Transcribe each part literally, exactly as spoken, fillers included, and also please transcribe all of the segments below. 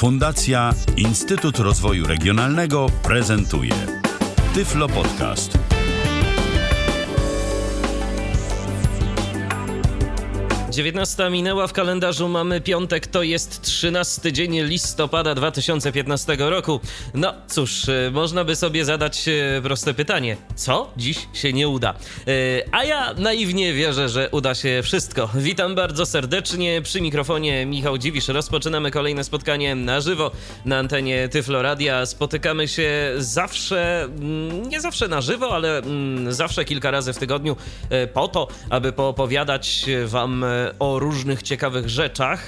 Fundacja Instytut Rozwoju Regionalnego prezentuje Tyflo Podcast. dziewiętnasta minęła, w kalendarzu mamy piątek, to jest trzynasty dzień listopada dwa tysiące piętnastego roku. No cóż, można by sobie zadać proste pytanie, co dziś się nie uda? A ja naiwnie wierzę, że uda się wszystko. Witam bardzo serdecznie, przy mikrofonie Michał Dziwisz. Rozpoczynamy kolejne spotkanie na żywo na antenie Tyflo Radia. Spotykamy się zawsze, nie zawsze na żywo, ale zawsze kilka razy w tygodniu po to, aby poopowiadać wam o różnych ciekawych rzeczach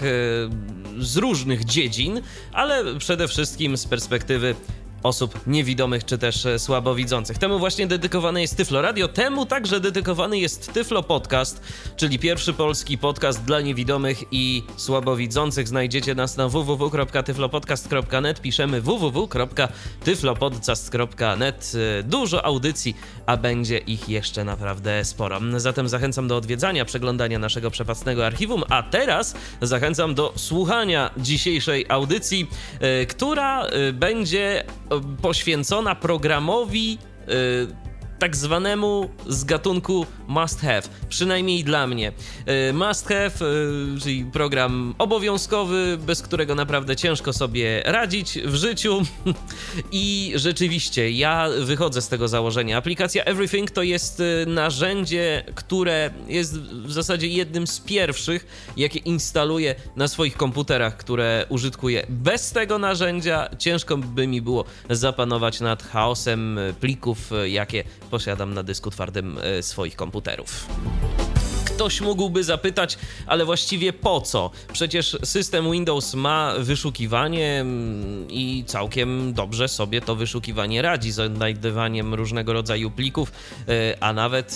z różnych dziedzin, ale przede wszystkim z perspektywy osób niewidomych czy też słabowidzących. Temu właśnie dedykowane jest Tyflo Radio, temu także dedykowany jest Tyflo Podcast, czyli pierwszy polski podcast dla niewidomych i słabowidzących. Znajdziecie nas na w w w kropka tyflopodcast kropka net, piszemy w w w kropka tyflopodcast kropka net. Dużo audycji, a będzie ich jeszcze naprawdę sporo. Zatem zachęcam do odwiedzania, przeglądania naszego przepastnego archiwum, a teraz zachęcam do słuchania dzisiejszej audycji, która będzie poświęcona programowi yy, tak zwanemu z gatunku must have, przynajmniej dla mnie. Yy, must have, yy, czyli program obowiązkowy, bez którego naprawdę ciężko sobie radzić w życiu. I rzeczywiście ja wychodzę z tego założenia. Aplikacja Everything to jest narzędzie, które jest w zasadzie jednym z pierwszych, jakie instaluję na swoich komputerach, które użytkuję. Bez tego narzędzia ciężko by mi było zapanować nad chaosem plików, jakie posiadam na dysku twardym swoich komputerów. Ktoś mógłby zapytać, ale właściwie po co? Przecież system Windows ma wyszukiwanie i całkiem dobrze sobie to wyszukiwanie radzi z odnajdywaniem różnego rodzaju plików, a nawet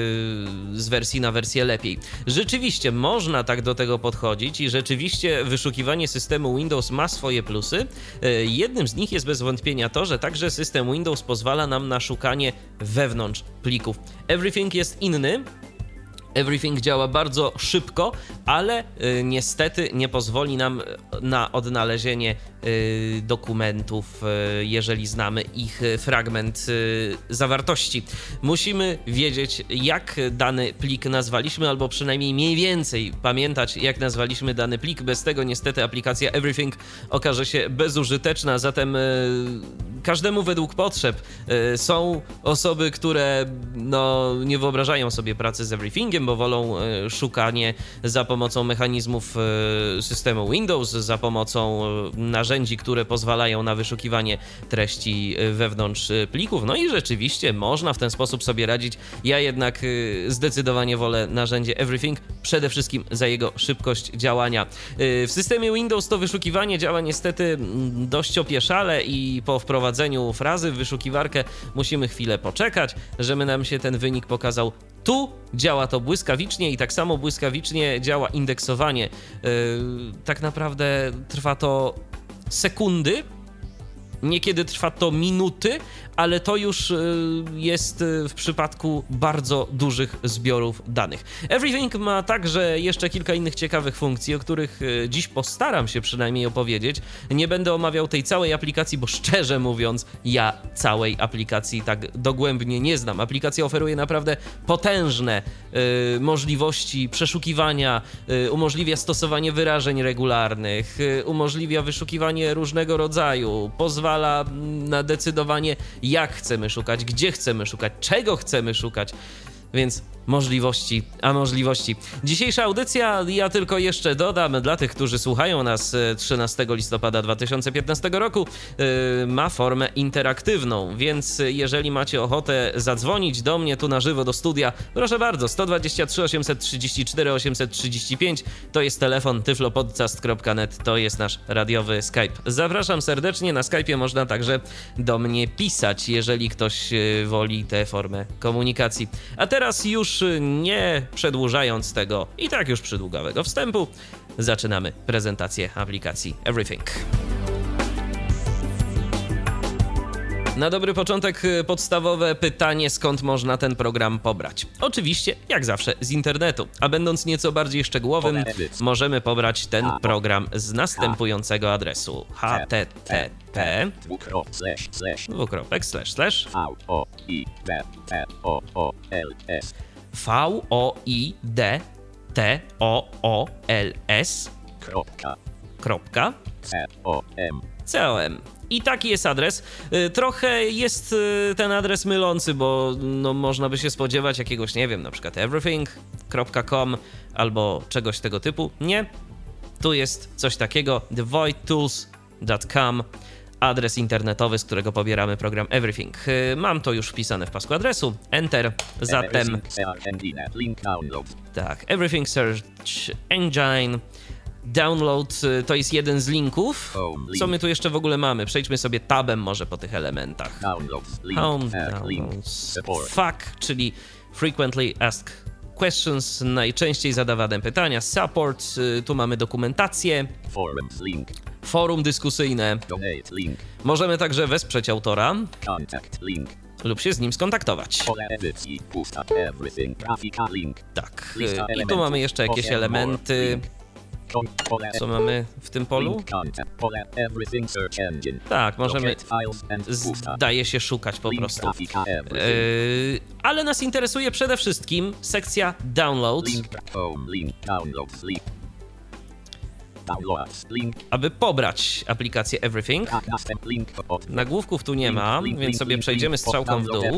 z wersji na wersję lepiej. Rzeczywiście można tak do tego podchodzić i rzeczywiście wyszukiwanie systemu Windows ma swoje plusy. Jednym z nich jest bez wątpienia to, że także system Windows pozwala nam na szukanie wewnątrz plików. Everything jest inny. Everything działa bardzo szybko, ale y, niestety nie pozwoli nam na odnalezienie y, dokumentów, y, jeżeli znamy ich fragment y, zawartości. Musimy wiedzieć, jak dany plik nazwaliśmy, albo przynajmniej mniej więcej pamiętać, jak nazwaliśmy dany plik. Bez tego niestety aplikacja Everything okaże się bezużyteczna, zatem y, każdemu według potrzeb. Y, są osoby, które no, nie wyobrażają sobie pracy z Everythingiem, bo wolą szukanie za pomocą mechanizmów systemu Windows, za pomocą narzędzi, które pozwalają na wyszukiwanie treści wewnątrz plików. No i rzeczywiście można w ten sposób sobie radzić. Ja jednak zdecydowanie wolę narzędzie Everything, przede wszystkim za jego szybkość działania. W systemie Windows to wyszukiwanie działa niestety dość opieszale i po wprowadzeniu frazy w wyszukiwarkę musimy chwilę poczekać, żeby nam się ten wynik pokazał. Tu działa to błyskawicznie i tak samo błyskawicznie działa indeksowanie. Yy, tak naprawdę trwa to sekundy, niekiedy trwa to minuty, ale to już jest w przypadku bardzo dużych zbiorów danych. Everything ma także jeszcze kilka innych ciekawych funkcji, o których dziś postaram się przynajmniej opowiedzieć. Nie będę omawiał tej całej aplikacji, bo szczerze mówiąc, ja całej aplikacji tak dogłębnie nie znam. Aplikacja oferuje naprawdę potężne y, możliwości przeszukiwania, y, umożliwia stosowanie wyrażeń regularnych, y, umożliwia wyszukiwanie różnego rodzaju, pozwala na decydowanie, jak chcemy szukać, gdzie chcemy szukać, czego chcemy szukać, więc możliwości, a możliwości. Dzisiejsza audycja, ja tylko jeszcze dodam, dla tych, którzy słuchają nas trzynastego listopada dwa tysiące piętnastego roku, yy, ma formę interaktywną, więc jeżeli macie ochotę zadzwonić do mnie tu na żywo do studia, proszę bardzo, sto dwadzieścia trzy osiemset trzydzieści cztery osiemset trzydzieści pięć, to jest telefon tyflopodcast kropka net, to jest nasz radiowy Skype. Zapraszam serdecznie, na Skype'ie można także do mnie pisać, jeżeli ktoś woli tę formę komunikacji. A teraz już nie przedłużając tego i tak już przydługawego wstępu, zaczynamy prezentację aplikacji Everything. Na dobry początek podstawowe pytanie, skąd można ten program pobrać? Oczywiście, jak zawsze, z internetu. A będąc nieco bardziej szczegółowym, możemy pobrać ten program z następującego adresu: http dwukropek slash slash v o i d t o o l s kropka com. I taki jest adres. Trochę jest ten adres mylący, bo no, można by się spodziewać jakiegoś, nie wiem, na przykład everything kropka com albo czegoś tego typu. Nie. Tu jest coś takiego: the void tools kropka com, adres internetowy, z którego pobieramy program Everything. Mam to już wpisane w pasku adresu. Enter. Zatem tak, Everything Search Engine Download to jest jeden z linków. Co my tu jeszcze w ogóle mamy? Przejdźmy sobie tabem może po tych elementach. Home, downloads, fuck, czyli Frequently Asked Questions, najczęściej zadawane pytania. Support, tu mamy dokumentację. Forum dyskusyjne. Możemy także wesprzeć autora lub się z nim skontaktować. Tak, i tu mamy jeszcze jakieś elementy. Co mamy w tym polu? Tak, możemy, zdaje się, szukać po prostu. Yy, ale nas interesuje przede wszystkim sekcja Downloads. Aby pobrać aplikację Everything. Nagłówków tu nie ma, więc sobie przejdziemy strzałką w dół.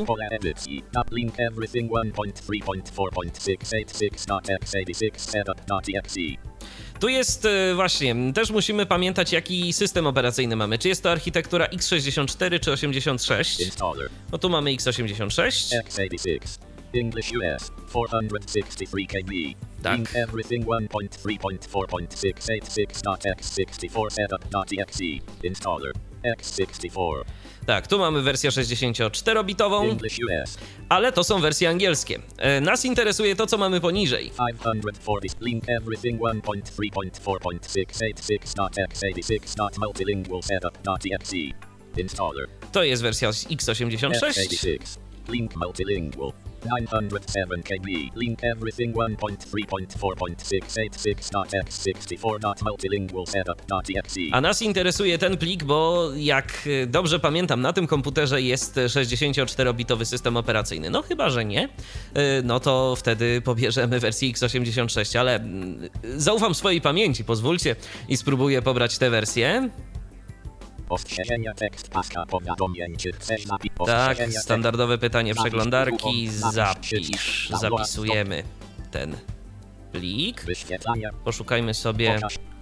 Tu jest właśnie, też musimy pamiętać, jaki system operacyjny mamy. Czy jest to architektura x sześćdziesiąt cztery czy osiemdziesiąt sześć? No tu mamy x osiemdziesiąt sześć. English U S czterysta sześćdziesiąt trzy K B. Tak. Link everything jeden trzy cztery sześć osiem sześć x sześćdziesiąt cztery setup.exe. Installer x sześćdziesiąt cztery. Tak, tu mamy wersję sześćdziesięcioczterobitową, English U S. ale to są wersje angielskie. E, nas interesuje to, co mamy poniżej. pięćset czterdzieści. Link everything jeden trzy cztery sześć osiem sześć x eighty-six multilingual setup.exe. Installer. To jest wersja x osiemdziesiąt sześć. x eighty-six. Link multilingual. dziewięćset siedem K B. Link everything jeden trzy cztery sześć osiem sześć x sześćdziesiąt cztery multilingual setup.exe. A nas interesuje ten plik, bo jak dobrze pamiętam, na tym komputerze jest sześćdziesięcioczterobitowy system operacyjny. No chyba, że nie, no to wtedy pobierzemy wersję x osiemdziesiąt sześć, ale zaufam swojej pamięci, pozwólcie, i spróbuję pobrać tę wersję. Ostrzeżenia tekst paska powiadomień, czy chcesz zapisz. Tak, standardowe pytanie przeglądarki. Zapisz. Zapisujemy ten plik. Poszukajmy sobie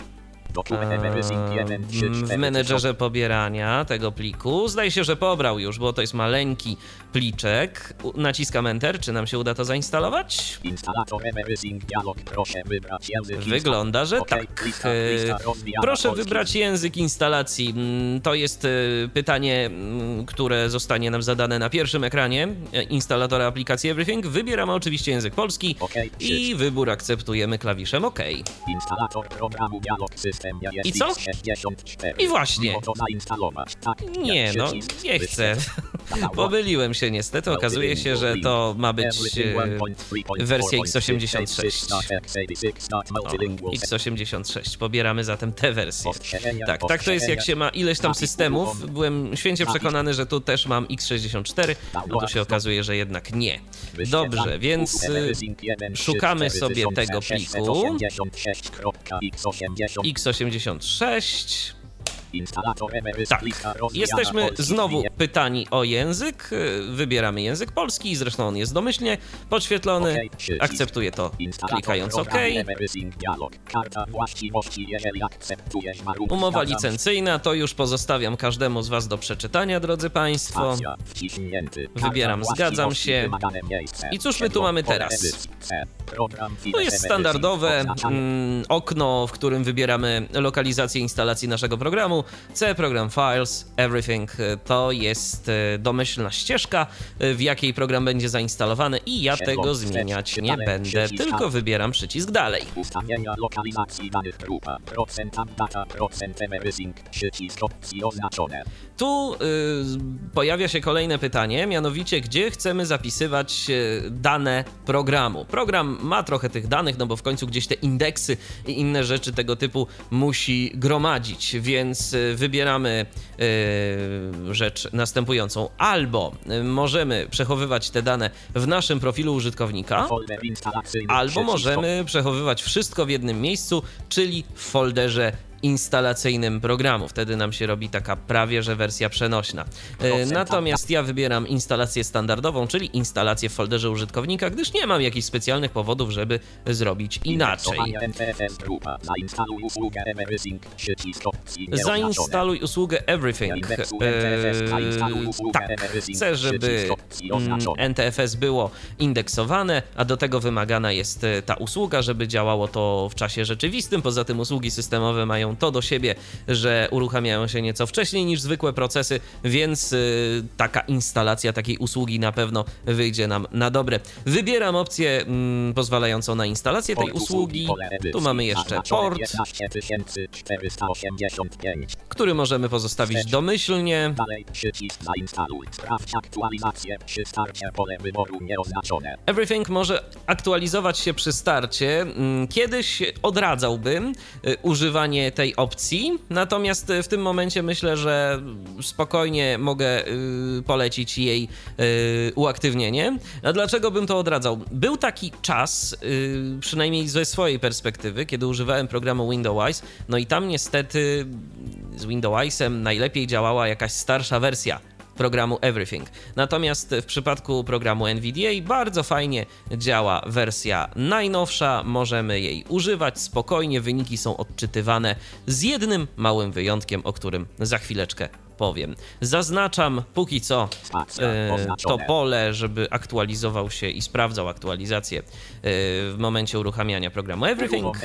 w menedżerze pobierania tego pliku. Zdaje się, że pobrał już, bo to jest maleńki pliczek. Naciskam Enter. Czy nam się uda to zainstalować? Wygląda, że tak. Proszę wybrać język instalacji. To jest pytanie, które zostanie nam zadane na pierwszym ekranie instalatora aplikacji Everything. Wybieramy oczywiście język polski i wybór akceptujemy klawiszem OK. Instalator programu dialog system. I co? I właśnie. Nie, no, nie chcę. Pomyliłem się niestety. Okazuje się, że to ma być wersja x osiemdziesiąt sześć. O, x osiemdziesiąt sześć. Pobieramy zatem tę wersję. Tak, tak to jest, jak się ma ileś tam systemów. Byłem święcie przekonany, że tu też mam x sześćdziesiąt cztery, no to się okazuje, że jednak nie. Dobrze, więc szukamy sobie tego pliku. x osiemdziesiąt sześć. Tak, jesteśmy znowu pytani o język, wybieramy język polski, zresztą on jest domyślnie podświetlony, akceptuję to klikając OK. Umowa licencyjna, to już pozostawiam każdemu z Was do przeczytania, drodzy Państwo. Wybieram zgadzam się. I cóż my tu mamy teraz? To jest standardowe mm, okno, w którym wybieramy lokalizację instalacji naszego programu. C, program Files, Everything, to jest domyślna ścieżka, w jakiej program będzie zainstalowany i ja tego zmieniać nie będę, tylko wybieram przycisk dalej. Ustawienia lokalizacji danych grupa. Procent data, procent everything, przycisk opcji oznaczone. Tu y, pojawia się kolejne pytanie, mianowicie gdzie chcemy zapisywać y, dane programu. Program ma trochę tych danych, no bo w końcu gdzieś te indeksy i inne rzeczy tego typu musi gromadzić, więc y, wybieramy y, rzecz następującą. Albo y, możemy przechowywać te dane w naszym profilu użytkownika, albo możemy przechowywać wszystko w jednym miejscu, czyli w folderze instalacyjnym programu. Wtedy nam się robi taka prawie że wersja przenośna. E, natomiast ja wybieram instalację standardową, czyli instalację w folderze użytkownika, gdyż nie mam jakichś specjalnych powodów, żeby zrobić inaczej. Zainstaluj usługę Everything. E, tak, chcę, żeby N T F S było indeksowane, a do tego wymagana jest ta usługa, żeby działało to w czasie rzeczywistym. Poza tym usługi systemowe mają to do siebie, że uruchamiają się nieco wcześniej niż zwykłe procesy, więc y, taka instalacja takiej usługi na pewno wyjdzie nam na dobre. Wybieram opcję mm, pozwalającą na instalację tej usługi. Tu mamy jeszcze port, który możemy pozostawić domyślnie. Everything może aktualizować się przy starcie. Kiedyś odradzałbym używanie tej opcji, natomiast w tym momencie myślę, że spokojnie mogę polecić jej uaktywnienie. A dlaczego bym to odradzał? Był taki czas, przynajmniej ze swojej perspektywy, kiedy używałem programu Windows, no i tam niestety z Windowsem najlepiej działała jakaś starsza wersja programu Everything. Natomiast w przypadku programu N V D A bardzo fajnie działa wersja najnowsza, możemy jej używać spokojnie, wyniki są odczytywane z jednym małym wyjątkiem, o którym za chwileczkę powiem. Zaznaczam póki co e, to pole, żeby aktualizował się i sprawdzał aktualizację e, w momencie uruchamiania programu Everything.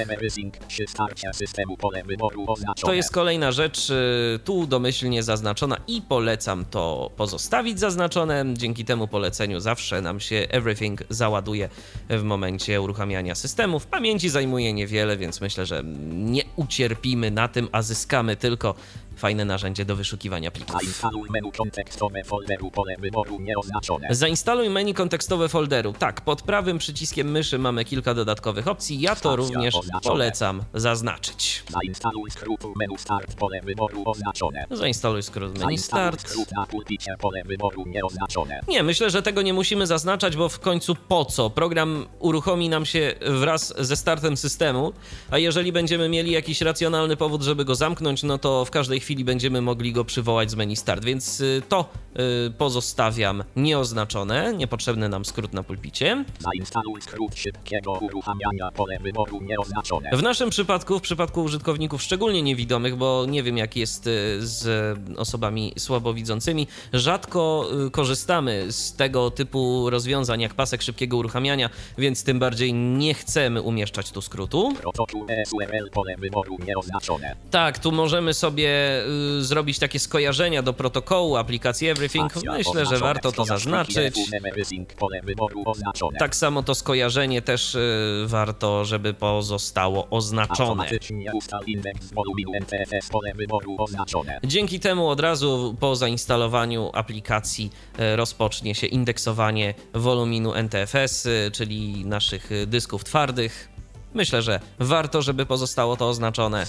To jest kolejna rzecz, e, tu domyślnie zaznaczona i polecam to pozostawić zaznaczone. Dzięki temu poleceniu zawsze nam się Everything załaduje w momencie uruchamiania systemu. W pamięci zajmuje niewiele, więc myślę, że nie ucierpimy na tym, a zyskamy tylko fajne narzędzie do wyszukiwania plików. Zainstaluj menu kontekstowe folderu, pole wyboru nieoznaczone. Zainstaluj menu kontekstowe folderu. Tak, pod prawym przyciskiem myszy mamy kilka dodatkowych opcji. Ja to Stacja również oznaczone. polecam zaznaczyć. Zainstaluj skrót menu start, pole wyboru oznaczone. Zainstaluj skrót menu Zainstaluj start. skrót na pulpicie, pole wyboru nieoznaczone. Nie, myślę, że tego nie musimy zaznaczać, bo w końcu po co? Program uruchomi nam się wraz ze startem systemu, a jeżeli będziemy mieli jakiś racjonalny powód, żeby go zamknąć, no to w każdej chwili będziemy mogli go przywołać z menu start, więc to y, pozostawiam nieoznaczone, niepotrzebny nam skrót na pulpicie. Zainstaluj skrót szybkiego uruchamiania, pole wyboru nieoznaczone. W naszym przypadku, w przypadku użytkowników szczególnie niewidomych, bo nie wiem jak jest z osobami słabowidzącymi, rzadko korzystamy z tego typu rozwiązań jak pasek szybkiego uruchamiania, więc tym bardziej nie chcemy umieszczać tu skrótu. Protokół S U R L, pole wyboru nieoznaczone. Tak, tu możemy sobie y, zrobić takie skojarzenia do protokołu aplikacji Everything. Stacja Myślę, że oznaczone. warto to zaznaczyć. Everything, pole wyboru oznaczone. Tak samo to skojarzenie też y, warto, żeby pozostało oznaczone. Automatycznie ustal indeks woluminu N T F S, pole wyboru oznaczone. Dzięki temu od razu po zainstalowaniu aplikacji y, rozpocznie się indeksowanie woluminu N T F S, y, czyli naszych y, dysków twardych. Myślę, że warto, żeby pozostało to oznaczone.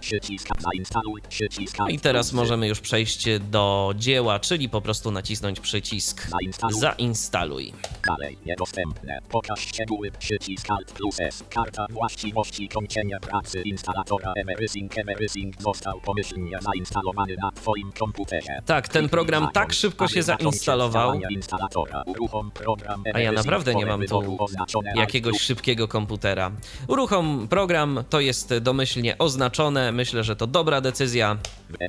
No i teraz możemy już przejść do dzieła, czyli po prostu nacisnąć przycisk Zainstaluj. Dalej, niedostępne. Pokaż szczegóły. Przycisk Alt plus S. Karta właściwości kończenia pracy instalatora Everything. Everything został pomyślnie zainstalowany na Twoim komputerze. Tak, ten program tak szybko się zainstalował, a ja naprawdę nie mam tu jakiegoś szybkiego komputera. Uruchom program, to jest domyślnie oznaczone. Myślę, że to dobra decyzja.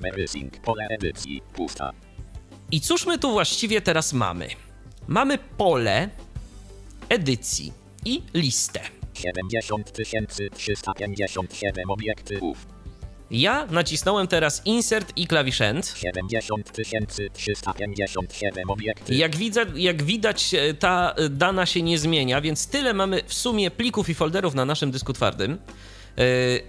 I cóż my tu właściwie teraz mamy? Mamy pole edycji i listę. siedemdziesiąt tysięcy trzysta pięćdziesiąt siedem obiektów. Ja nacisnąłem teraz Insert i klawisz End. siedemdziesiąt tysięcy trzysta pięćdziesiąt siedem obiekty. Jak, widzę, jak widać, ta dana się nie zmienia, więc tyle mamy w sumie plików i folderów na naszym dysku twardym. Yy,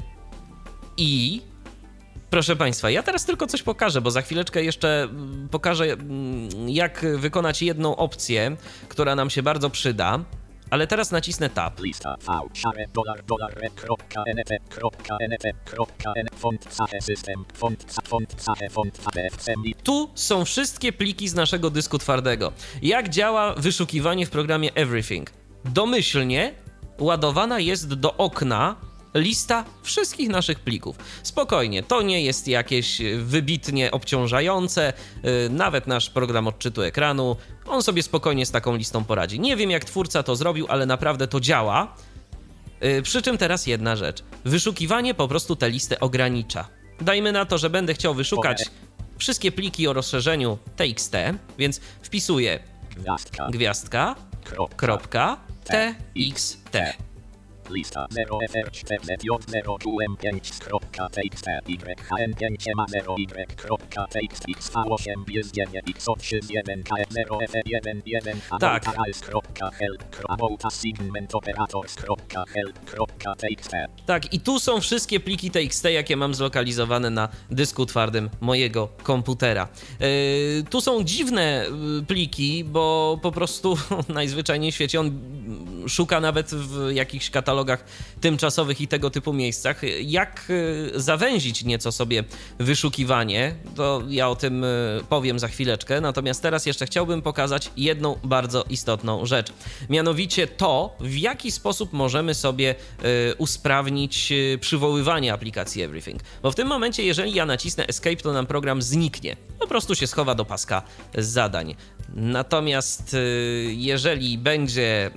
I proszę Państwa, ja teraz tylko coś pokażę, bo za chwileczkę jeszcze pokażę, jak wykonać jedną opcję, która nam się bardzo przyda. Ale teraz nacisnę Tab. Lista V, szare, dolar, dolar, red, kropka, nf, kropka, nf, kropka, n, font, cache, system, font, ca, font, cache, font, cache, Tu są wszystkie pliki z naszego dysku twardego. Jak działa wyszukiwanie w programie Everything? Domyślnie ładowana jest do okna lista wszystkich naszych plików. Spokojnie, to nie jest jakieś wybitnie obciążające, nawet nasz program odczytu ekranu, on sobie spokojnie z taką listą poradzi. Nie wiem, jak twórca to zrobił, ale naprawdę to działa. Przy czym teraz jedna rzecz. Wyszukiwanie po prostu tę listę ogranicza. Dajmy na to, że będę chciał wyszukać wszystkie pliki o rozszerzeniu T X T, więc wpisuję gwiazdka, gwiazdka kropka, T X T. Lista zero F R cztery Z J zero Q M pięć kropka T X T Y H N pięć M A zero Y kropka T X T X V osiem jest dziewięć X trzy jeden K zero F jeden jeden H tak. kropka help kropka segment operators kropka help kropka T X T. Tak, i tu są wszystkie pliki T X T, jakie mam zlokalizowane na dysku twardym mojego komputera. Yy, tu są dziwne pliki, bo po prostu najzwyczajniej w świecie on szuka nawet w jakichś katalogach tymczasowych i tego typu miejscach. Jak zawęzić nieco sobie wyszukiwanie, to ja o tym powiem za chwileczkę, natomiast teraz jeszcze chciałbym pokazać jedną bardzo istotną rzecz. Mianowicie to, w jaki sposób możemy sobie usprawnić przywoływanie aplikacji Everything. Bo w tym momencie, jeżeli ja nacisnę Escape, to nam program zniknie. Po prostu się schowa do paska zadań. Natomiast jeżeli będzie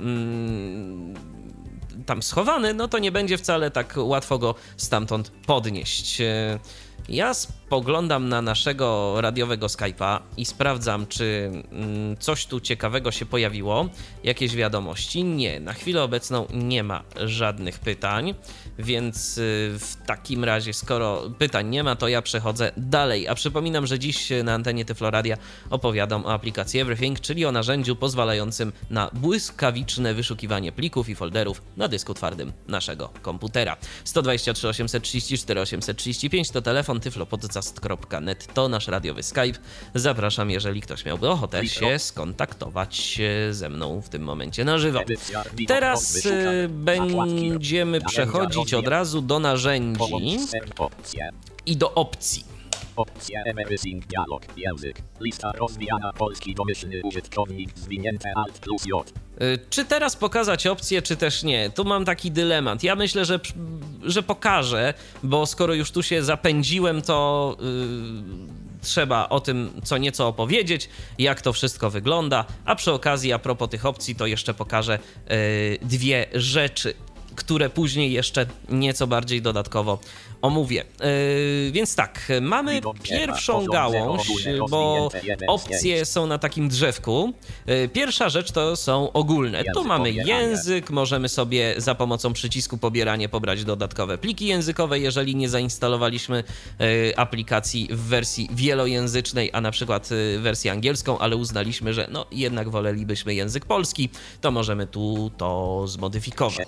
tam schowany, no to nie będzie wcale tak łatwo go stamtąd podnieść. Ja spoglądam na naszego radiowego Skype'a i sprawdzam, czy coś tu ciekawego się pojawiło, jakieś wiadomości. Nie, na chwilę obecną nie ma żadnych pytań, więc w takim razie, skoro pytań nie ma, to ja przechodzę dalej. A przypominam, że dziś na antenie Tyfloradia opowiadam o aplikacji Everything, czyli o narzędziu pozwalającym na błyskawiczne wyszukiwanie plików i folderów na dysku twardym naszego komputera. sto dwadzieścia trzy osiemset trzydzieści cztery osiemset trzydzieści pięć to telefon, tyflopodcast kropka net to nasz radiowy Skype. Zapraszam, jeżeli ktoś miałby ochotę się skontaktować ze mną w tym momencie na żywo. Teraz będziemy przechodzić od razu do narzędzi i do opcji. Opcja Everything dialog, język, lista rozwijana polski domyślny użytkownik, zwinięte Alt plus J. Czy teraz pokazać opcję, czy też nie? Tu mam taki dylemat. Ja myślę, że, że pokażę, bo skoro już tu się zapędziłem, to yy, trzeba o tym co nieco opowiedzieć, jak to wszystko wygląda, a przy okazji, a propos tych opcji, to jeszcze pokażę yy, dwie rzeczy, które później jeszcze nieco bardziej dodatkowo omówię. Yy, więc tak, mamy pierwszą gałąź, bo opcje są na takim drzewku. Yy, pierwsza rzecz to są ogólne. Tu mamy język, możemy sobie za pomocą przycisku pobieranie pobrać dodatkowe pliki językowe, jeżeli nie zainstalowaliśmy yy, aplikacji w wersji wielojęzycznej, a na przykład yy, wersję angielską, ale uznaliśmy, że no jednak wolelibyśmy język polski, to możemy tu to zmodyfikować.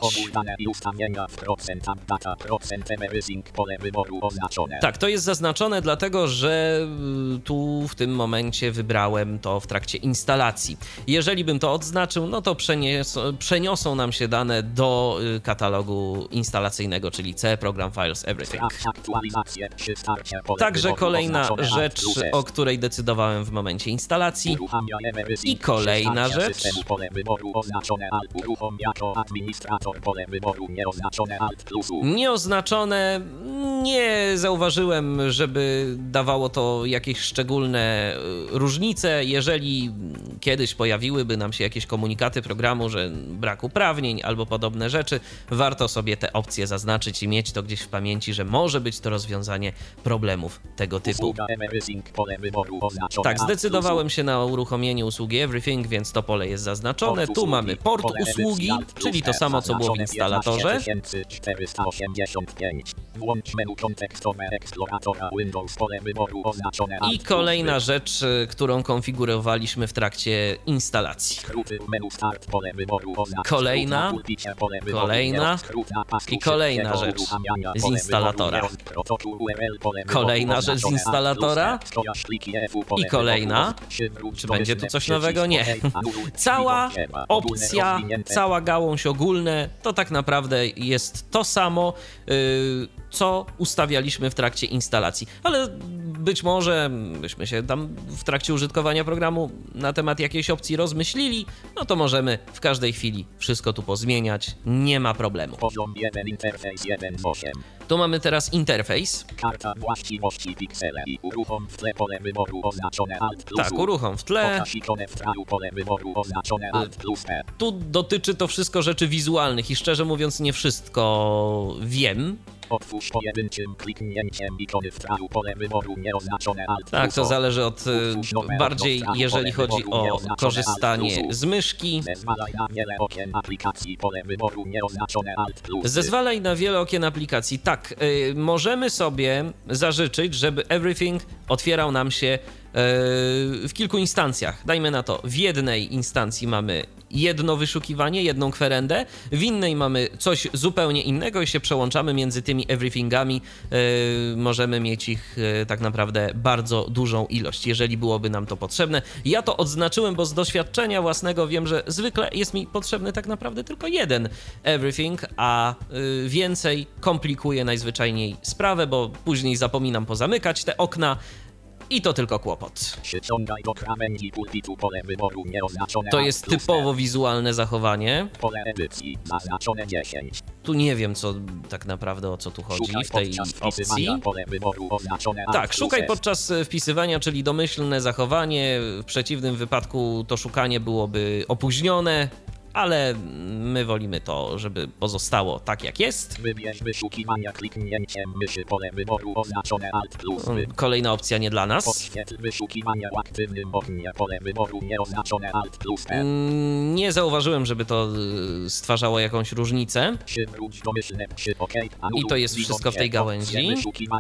Tak, to jest zaznaczone dlatego, że tu w tym momencie wybrałem to w trakcie instalacji. Jeżeli bym to odznaczył, no to przenios- przeniosą nam się dane do katalogu instalacyjnego, czyli C, Program Files, Everything. Także kolejna rzecz, o której decydowałem w momencie instalacji. I kolejna rzecz. Nieoznaczone, nie zauważyłem, żeby dawało to jakieś szczególne różnice. Jeżeli kiedyś pojawiłyby nam się jakieś komunikaty programu, że brak uprawnień albo podobne rzeczy, warto sobie te opcje zaznaczyć i mieć to gdzieś w pamięci, że może być to rozwiązanie problemów tego typu. Tak, zdecydowałem się na uruchomienie usługi Everything, więc to pole jest zaznaczone. Tu mamy port usługi, czyli to samo, co było w instalacji. instalatorze. czterysta osiemdziesiąt pięć. Włącz menu kontekstowe eksploratora Windows, pole wyboru oznaczone Alt I kolejna rzecz, którą konfigurowaliśmy w trakcie instalacji. Skróty menu start, pole wyboru oznaczone. Kolejna, Pulpicie, pole wyboru, kolejna i kolejna rzecz z instalatora. Kolejna rzecz z instalatora i kolejna. Czy będzie tu coś nowego? Nie. Cała opcja, cała gałąź ogólne to tak naprawdę jest to samo, co ustawialiśmy w trakcie instalacji. Ale być może byśmy się tam w trakcie użytkowania programu na temat jakiejś opcji rozmyślili, no to możemy w każdej chwili wszystko tu pozmieniać, nie ma problemu. Poziom jeden, interfejs jeden z osiem. Tu mamy teraz interfejs. Karta właściwości piksele i uruchom w tle, pole wyboru oznaczone Alt plus. Tak, uruchom w tle. Pokaż ikonę w traju, pole wyboru oznaczone Alt plus E. Tu dotyczy to wszystko rzeczy wizualnych i szczerze mówiąc nie wszystko wiem. Otwórz pojedynczym kliknięciem ikony w traju, pole wyboru nieoznaczone Alt plus. Tak, to zależy od bardziej, jeżeli chodzi o korzystanie z myszki. Zezwalaj na wiele okien aplikacji, pole wyboru nieoznaczone Alt plus. Zezwalaj na wiele okien aplikacji. Tak, y, możemy sobie zażyczyć, żeby Everything otwierał nam się w kilku instancjach. Dajmy na to, w jednej instancji mamy jedno wyszukiwanie, jedną kwerendę, w innej mamy coś zupełnie innego i się przełączamy między tymi everythingami. Możemy mieć ich tak naprawdę bardzo dużą ilość, jeżeli byłoby nam to potrzebne. Ja to odznaczyłem, bo z doświadczenia własnego wiem, że zwykle jest mi potrzebny tak naprawdę tylko jeden everything, a więcej komplikuje najzwyczajniej sprawę, bo później zapominam pozamykać te okna. I to tylko kłopot. To jest typowo wizualne zachowanie. Pole edycji zaznaczone dziesięć. Tu nie wiem, co tak naprawdę o co tu chodzi w tej opcji. Tak, szukaj podczas wpisywania, czyli domyślne zachowanie. W przeciwnym wypadku to szukanie byłoby opóźnione, ale my wolimy to, żeby pozostało tak, jak jest. Wybierz wyszukiwania kliknięciem myszy, pole wyboru oznaczone Alt plus. Kolejna opcja nie dla nas. Podświetl wyszukiwania w aktywnym oknie, pole wyboru nieoznaczone Alt plus. Nie zauważyłem, żeby to stwarzało jakąś różnicę. I to jest wszystko w tej gałęzi.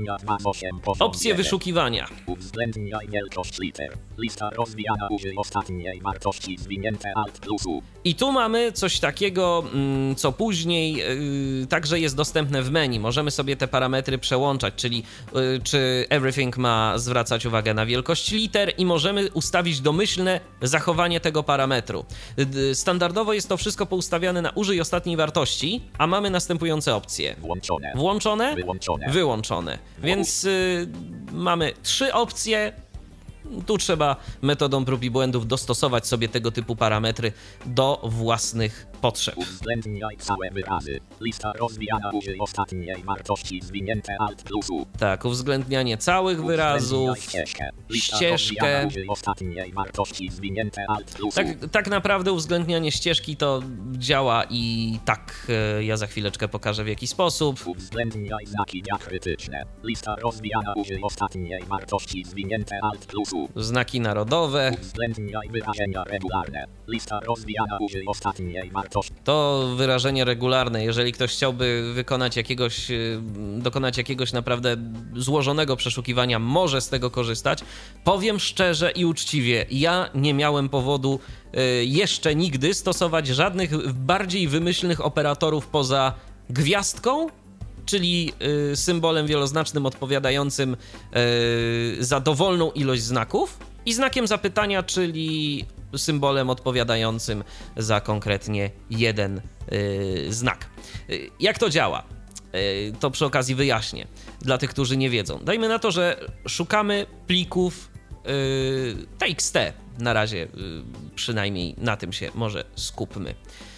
Opcje wyszukiwania. Uwzględniaj wielkość liter. Lista rozwijana, użyj ostatniej wartości zwinięte Alt plusu. I tu mamy coś takiego, co później także jest dostępne w menu. Możemy sobie te parametry przełączać, czyli czy everything ma zwracać uwagę na wielkość liter i możemy ustawić domyślne zachowanie tego parametru. Standardowo jest to wszystko poustawiane na użyj ostatniej wartości, a mamy następujące opcje. Włączone. Włączone, wyłączone. wyłączone. Więc y, mamy trzy opcje. Tu trzeba metodą prób i błędów dostosować sobie tego typu parametry do własnych potrzeb. Uwzględniaj całe wyrazy. Lista rozwijana, użyj ostatniej wartości zwinięte Alt plusu. Tak, uwzględnianie całych wyrazów, ścieżkę. Lista ścieżkę. użyj ostatniej wartości zwinięte Alt plusu. Tak, tak naprawdę uwzględnianie ścieżki to działa i tak. Ja za chwileczkę pokażę w jaki sposób. Uwzględniaj znaki diakrytyczne. Lista rozwijana, użyj ostatniej wartości zwinięte Alt plusu. Znaki narodowe. Uwzględniaj wyrażenia regularne. Lista rozwijana, użyj ostatniej wartości. To wyrażenie regularne. Jeżeli ktoś chciałby wykonać jakiegoś, dokonać jakiegoś naprawdę złożonego przeszukiwania, może z tego korzystać. Powiem szczerze i uczciwie, ja nie miałem powodu jeszcze nigdy stosować żadnych bardziej wymyślnych operatorów poza gwiazdką, czyli y, symbolem wieloznacznym odpowiadającym y, za dowolną ilość znaków, i znakiem zapytania, czyli symbolem odpowiadającym za konkretnie jeden y, znak. Y, jak to działa? Y, to przy okazji wyjaśnię dla tych, którzy nie wiedzą. Dajmy na to, że szukamy plików y, T X T. Na razie y, przynajmniej na tym się może skupmy.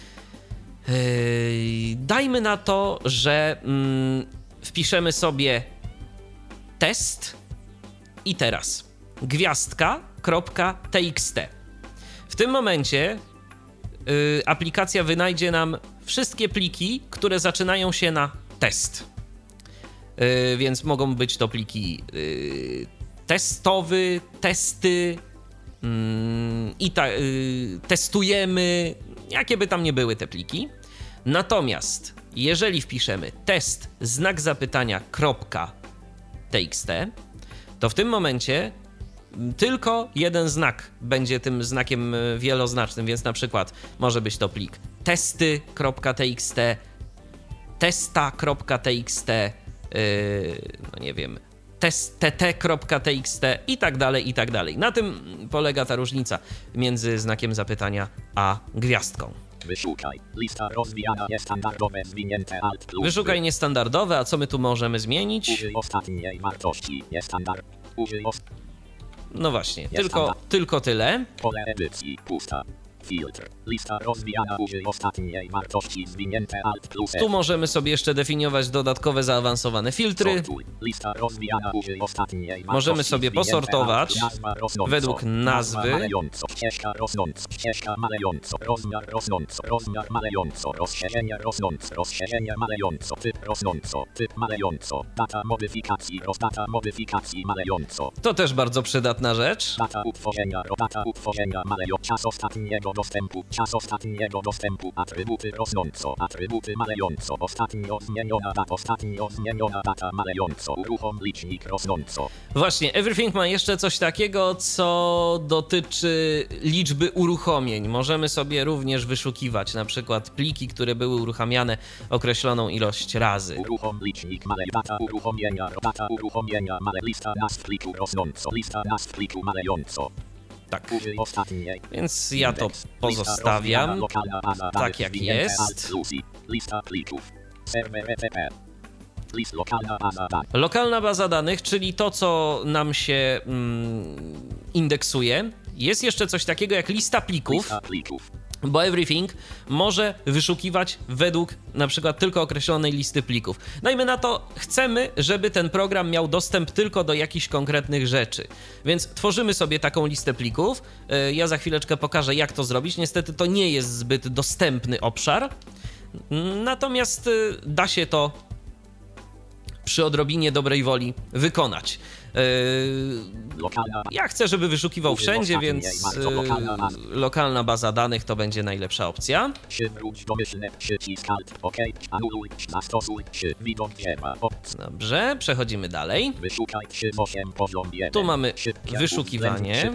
Yy, dajmy na to, że mm, wpiszemy sobie test i teraz gwiazdka.txt. W tym momencie yy, aplikacja wynajdzie nam wszystkie pliki, które zaczynają się na test. Yy, więc mogą być to pliki yy, testowy, testy yy, i ta, yy, testujemy, jakie by tam nie były te pliki. Natomiast jeżeli wpiszemy test, znak zapytania, kropka, txt, to w tym momencie tylko jeden znak będzie tym znakiem wieloznacznym, więc na przykład może być to plik testy.txt, testa.txt, yy, no nie wiem, test.txt i tak dalej, i tak dalej. Na tym polega ta różnica między znakiem zapytania a gwiazdką. Wyszukaj. Lista rozwijana niestandardowe zwinięte alt plus. Wyszukaj niestandardowe, a co my tu możemy zmienić? Użyj ostatniej wartości niestandard. Użyj os... No właśnie, tylko, tylko tyle. Pole edycji pusta. Filtr. Lista rozwijana. Użyj ostatniej wartości zwinięte alt plus. Tu możemy sobie jeszcze definiować dodatkowe zaawansowane filtry. Sortuj. Lista rozwijana. Użyj ostatniej wartości możemy sobie posortować według nazwy. Malejąco. Ścieżka rosnąco. Ścieżka malejąco. Rozmiar rosnąco. Rozmiar malejąco. Rozszerzenie rosnąco. Rozszerzenie malejąco. Typ rosnąco. Typ malejąco. Data modyfikacji. Rozdata modyfikacji malejąco. To też bardzo przydatna rzecz. Data utworzenia. Data utworzenia malejąco. Czas ostatniego dostępu. Czas ostatniego dostępu. Atrybuty rosnąco. Atrybuty malejąco. Ostatnio zmieniona data. Ostatnio zmieniona data malejąco. Uruchom licznik rosnąco. Właśnie, Everything ma jeszcze coś takiego, co dotyczy liczby uruchomień. Możemy sobie również wyszukiwać na przykład pliki, które były uruchamiane określoną ilość razy. Uruchom licznik male. Data uruchomienia. Data uruchomienia male. Lista nazw pliku rosnąco. Lista nazw pliku malejąco. Tak, Użyj ostatniej. więc ja to pozostawiam tak jak jest. Lista plików. Serwer E T P. List lokalna baza danych. Lokalna baza danych, czyli to, co nam się mm, indeksuje. Jest jeszcze coś takiego jak lista plików. Lista plików. Bo Everything może wyszukiwać według na przykład tylko określonej listy plików. Dajmy na to, chcemy, żeby ten program miał dostęp tylko do jakichś konkretnych rzeczy. Więc tworzymy sobie taką listę plików. Ja za chwileczkę pokażę, jak to zrobić. Niestety to nie jest zbyt dostępny obszar. Natomiast da się to przy odrobinie dobrej woli wykonać. Ja chcę, żeby wyszukiwał wszędzie, więc lokalna baza danych to będzie najlepsza opcja. Dobrze, przechodzimy dalej. Tu mamy wyszukiwanie.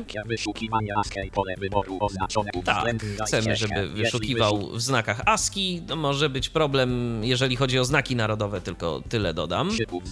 Tak, chcemy, żeby wyszukiwał w znakach ASCII. No może być problem, jeżeli chodzi o znaki narodowe, tylko tyle dodam.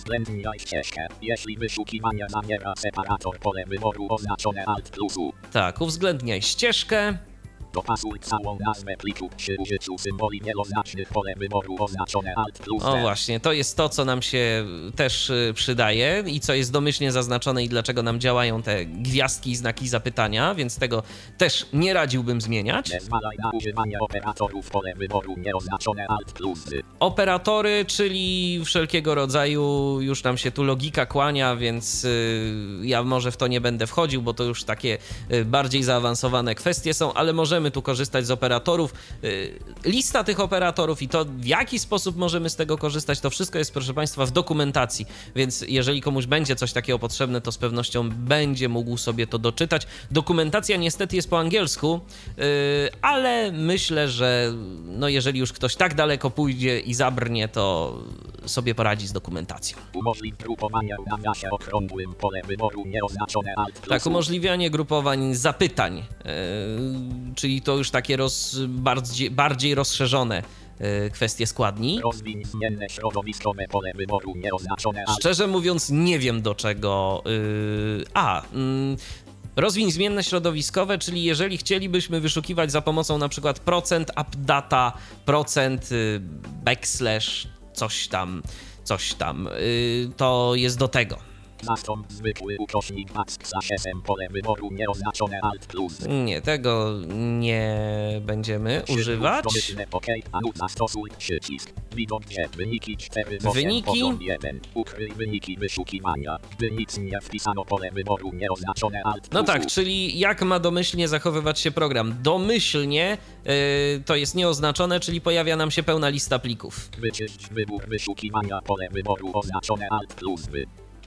Jeśli wyszukiwanie zawiera separator pole wyboru oznaczone alt plusu. Tak, uwzględniaj ścieżkę. Dopasuj całą nazwę pliku przy użyciu symboli wieloznacznych pole wyboru oznaczone alt plus. O właśnie, to jest to, co nam się też przydaje i co jest domyślnie zaznaczone i dlaczego nam działają te gwiazdki i znaki zapytania, więc tego też nie radziłbym zmieniać. Nie zwalaj na używanie operatorów pole wyboru nieoznaczone alt plus. Operatory, czyli wszelkiego rodzaju, już nam się tu logika kłania, więc ja może w to nie będę wchodził, bo to już takie bardziej zaawansowane kwestie są, ale możemy tu korzystać z operatorów. Lista tych operatorów i to, w jaki sposób możemy z tego korzystać, to wszystko jest, proszę Państwa, w dokumentacji, więc jeżeli komuś będzie coś takiego potrzebne, to z pewnością będzie mógł sobie to doczytać. Dokumentacja niestety jest po angielsku, ale myślę, że no jeżeli już ktoś tak daleko pójdzie i zabrnie, to sobie poradzi z dokumentacją. Umożliw grupowanie w nawiasie okrągłym pole wyboru nieoznaczone alt plusu. Tak, umożliwianie grupowań zapytań, yy, czyli to już takie roz, bardziej, bardziej rozszerzone yy, kwestie składni. Rozwiń zmienne środowiskowe pole wyboru nieoznaczone alt. Szczerze mówiąc, nie wiem do czego. Yy, a, yy, rozwiń zmienne środowiskowe, czyli jeżeli chcielibyśmy wyszukiwać za pomocą na przykład procent updata, procent yy, backslash, coś tam, coś tam, yy, to jest do tego. Nastąp zwykły ukośnik backslash pole wyboru nieoznaczone alt plus. Nie, tego nie będziemy używać. Zastosuj przycisk. Widok wyniki cztery. Wyniki. Ukryj wyniki wyszukiwania. Gdy nic nie wpisano pole wyboru nieoznaczone alt plus. No tak, czyli jak ma domyślnie zachowywać się program? Domyślnie yy, to jest nieoznaczone, czyli pojawia nam się pełna lista plików. Wyczyść wybór wyszukiwania pole wyboru oznaczone alt plus.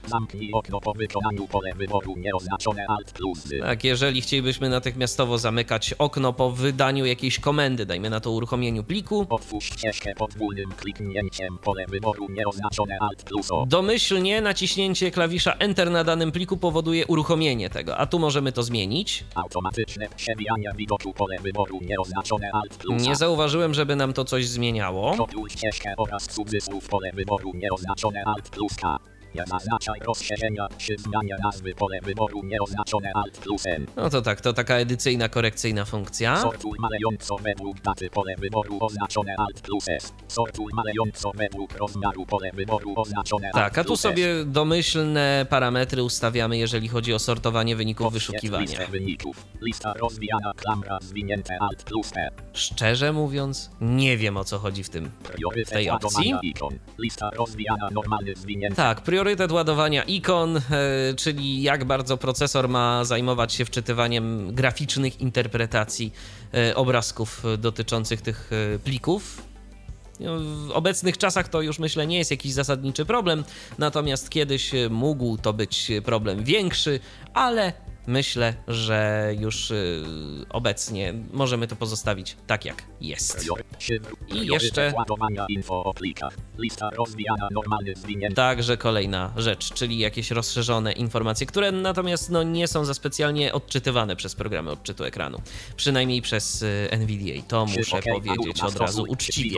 Zamknij okno po wykonaniu, pole wyboru nieoznaczone Alt plus D. Tak, jeżeli chcielibyśmy natychmiastowo zamykać okno po wydaniu jakiejś komendy, dajmy na to uruchomieniu pliku. Otwórz ścieżkę podwójnym kliknięciem, pole wyboru nieoznaczone Alt plus O. Domyślnie naciśnięcie klawisza Enter na danym pliku powoduje uruchomienie tego, a tu możemy to zmienić. Automatyczne przewijanie widoku, pole wyboru nieoznaczone Alt plus A. Nie zauważyłem, żeby nam to coś zmieniało. Kopiuj ścieżkę oraz cudzysłów, pole wyboru nieoznaczone Alt plus K. Nie zaznaczaj rozszerzenia przy zmianie nazwy, pole wyboru nieoznaczone Alt plus N. No to tak, to taka edycyjna, korekcyjna funkcja. Sortuj malejąco według daty, pole wyboru oznaczone Alt plus S. Sortuj malejąco według rozmiaru, pole wyboru oznaczone Alt plus S. Tak, a tu sobie domyślne parametry ustawiamy, jeżeli chodzi o sortowanie wyników Podświetl wyszukiwania. listę wyników. Lista rozwijana, klamra zwinięte Alt plus E. Szczerze mówiąc, nie wiem, o co chodzi w tym, w Priorytet tej opcji. ładowania ikon. Lista rozwijana, normalny zwinięte. Tak, priorytet ładowania ikon, e, czyli jak bardzo procesor ma zajmować się wczytywaniem graficznych interpretacji e, obrazków e, dotyczących tych e, plików. No, w obecnych czasach to już myślę nie jest jakiś zasadniczy problem, natomiast kiedyś e, mógł to być problem większy, ale myślę, że już y, obecnie możemy to pozostawić tak, jak jest. I jeszcze ładowania info o plikach. Lista rozwijana, normalny zwinięty. także kolejna rzecz, czyli jakieś rozszerzone informacje, które natomiast no, nie są za specjalnie odczytywane przez programy odczytu ekranu. Przynajmniej przez y, N V D A. To muszę powiedzieć od razu uczciwie.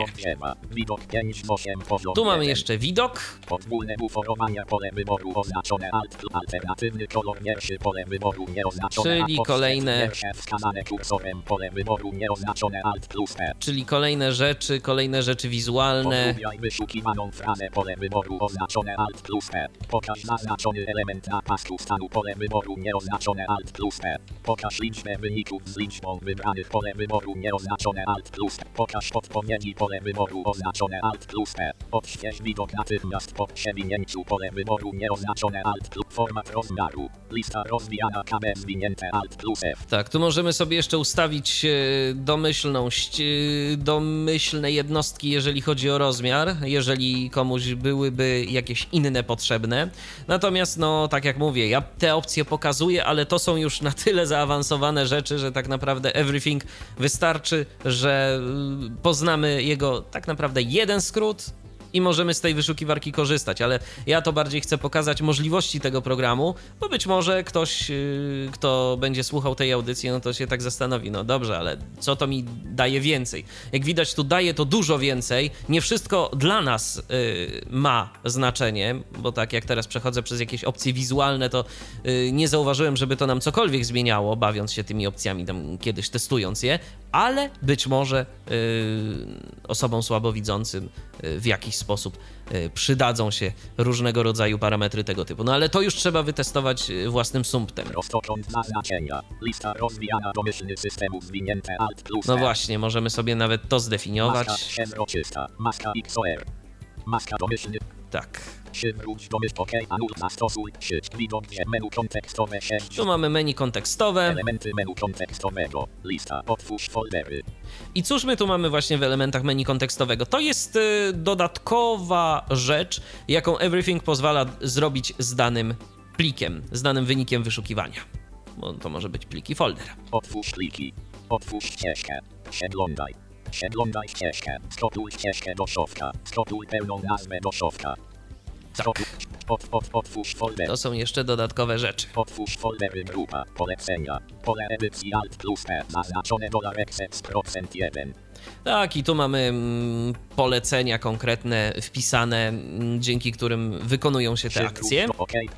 Tu mamy jeszcze widok. Podwójne buforowanie, pole wyboru oznaczone Alt, alternatywny kolor wierszy, pole wyboru nieoznaczone, Czyli kolejne wskazane kursorem, pole wyboru nieoznaczone Alt plus E. Czyli kolejne rzeczy, kolejne rzeczy wizualne. Pogłębiaj wyszukiwaną frazę, pole wyboru oznaczone Alt plus E. Pokaż zaznaczony element na pasku stanu, pole wyboru nieoznaczone Alt plus E. Pokaż liczbę wyników z liczbą wybranych, pole wyboru nieoznaczone Alt plus E. Pokaż odpowiedzi, pole wyboru oznaczone Alt plus E. Odśwież widok natychmiast po przewinięciu, pole wyboru nieoznaczone Alt plus. Format rozmiaru. Lista rozwijana, K B zwinięte Alt plus F. Tak, tu możemy sobie jeszcze ustawić e, domyślność, e, domyślne jednostki, jeżeli chodzi o rozmiar, jeżeli komuś byłyby jakieś inne potrzebne. Natomiast, no, tak jak mówię, ja te opcje pokazuję, ale to są już na tyle zaawansowane rzeczy, że tak naprawdę everything wystarczy, że y, poznamy jego tak naprawdę jeden skrót i możemy z tej wyszukiwarki korzystać, ale ja to bardziej chcę pokazać możliwości tego programu, bo być może ktoś, yy, kto będzie słuchał tej audycji, no to się tak zastanowi, no dobrze, ale co to mi daje więcej? Jak widać, tu daje to dużo więcej, nie wszystko dla nas yy, ma znaczenie, bo tak jak teraz przechodzę przez jakieś opcje wizualne, to yy, nie zauważyłem, żeby to nam cokolwiek zmieniało, bawiąc się tymi opcjami, tam kiedyś testując je, ale być może yy, osobom słabowidzącym yy, w jakiś sposób y, przydadzą się różnego rodzaju parametry tego typu. No ale to już trzeba wytestować y, własnym sumptem. Prostokąt zaznaczenia. Lista rozwijana, domyślny systemu zwinięte Alt plus. No właśnie, możemy sobie nawet to zdefiniować. Maska przezroczysta. Maska X O R. Maska domyślny. Tak. Przywróć domysł, OK, anul, zastosuj, przycisk, widok, menu kontekstowe sześć. Tu mamy menu kontekstowe. Elementy menu kontekstowego. Lista, otwórz foldery. I cóż my tu mamy właśnie w elementach menu kontekstowego? To jest y, dodatkowa rzecz, jaką Everything pozwala zrobić z danym plikiem, z danym wynikiem wyszukiwania. Bo to może być plik i folder. Otwórz pliki. Otwórz ścieżkę. Przeglądaj. Przeglądaj ścieżkę. Stopuj ścieżkę do szowka. Stopuj pełną nazwę do szowka. Tak. Ot, ot, otwórz folder. To są jeszcze dodatkowe rzeczy. Otwórz foldery grupa. Polecenia. Pole edycji Alt plus E. Zaznaczone dolar excess procent jeden. Tak, i tu mamy mm, polecenia konkretne wpisane, mm, dzięki którym wykonują się te akcje.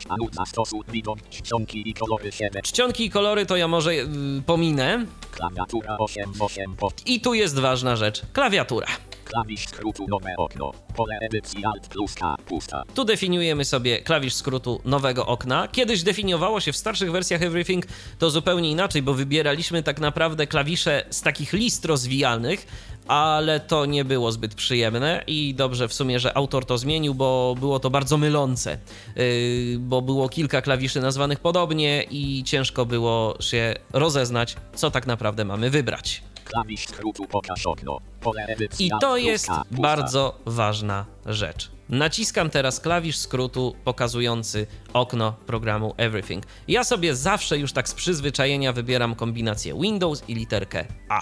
Czcionki i kolory siedem. Czcionki i kolory to ja może y, pominę. Klawiatura osiem osiem. I tu jest ważna rzecz. Klawiatura. Klawisz skrótu nowe okno. Pole edycji Alt plus K. Pusta. Tu definiujemy sobie klawisz skrótu nowego okna. Kiedyś definiowało się w starszych wersjach Everything to zupełnie inaczej, bo wybieraliśmy tak naprawdę klawisze z takich list rozwijalnych, ale to nie było zbyt przyjemne i dobrze w sumie, że autor to zmienił, bo było to bardzo mylące, yy, bo było kilka klawiszy nazwanych podobnie i ciężko było się rozeznać, co tak naprawdę mamy wybrać. Klawisz skrótu pokaż okno. Pole edycji I Alt to plus jest K. Pusta. bardzo ważna rzecz. Naciskam teraz klawisz skrótu pokazujący okno programu Everything. Ja sobie zawsze już tak z przyzwyczajenia wybieram kombinację Windows i literkę A.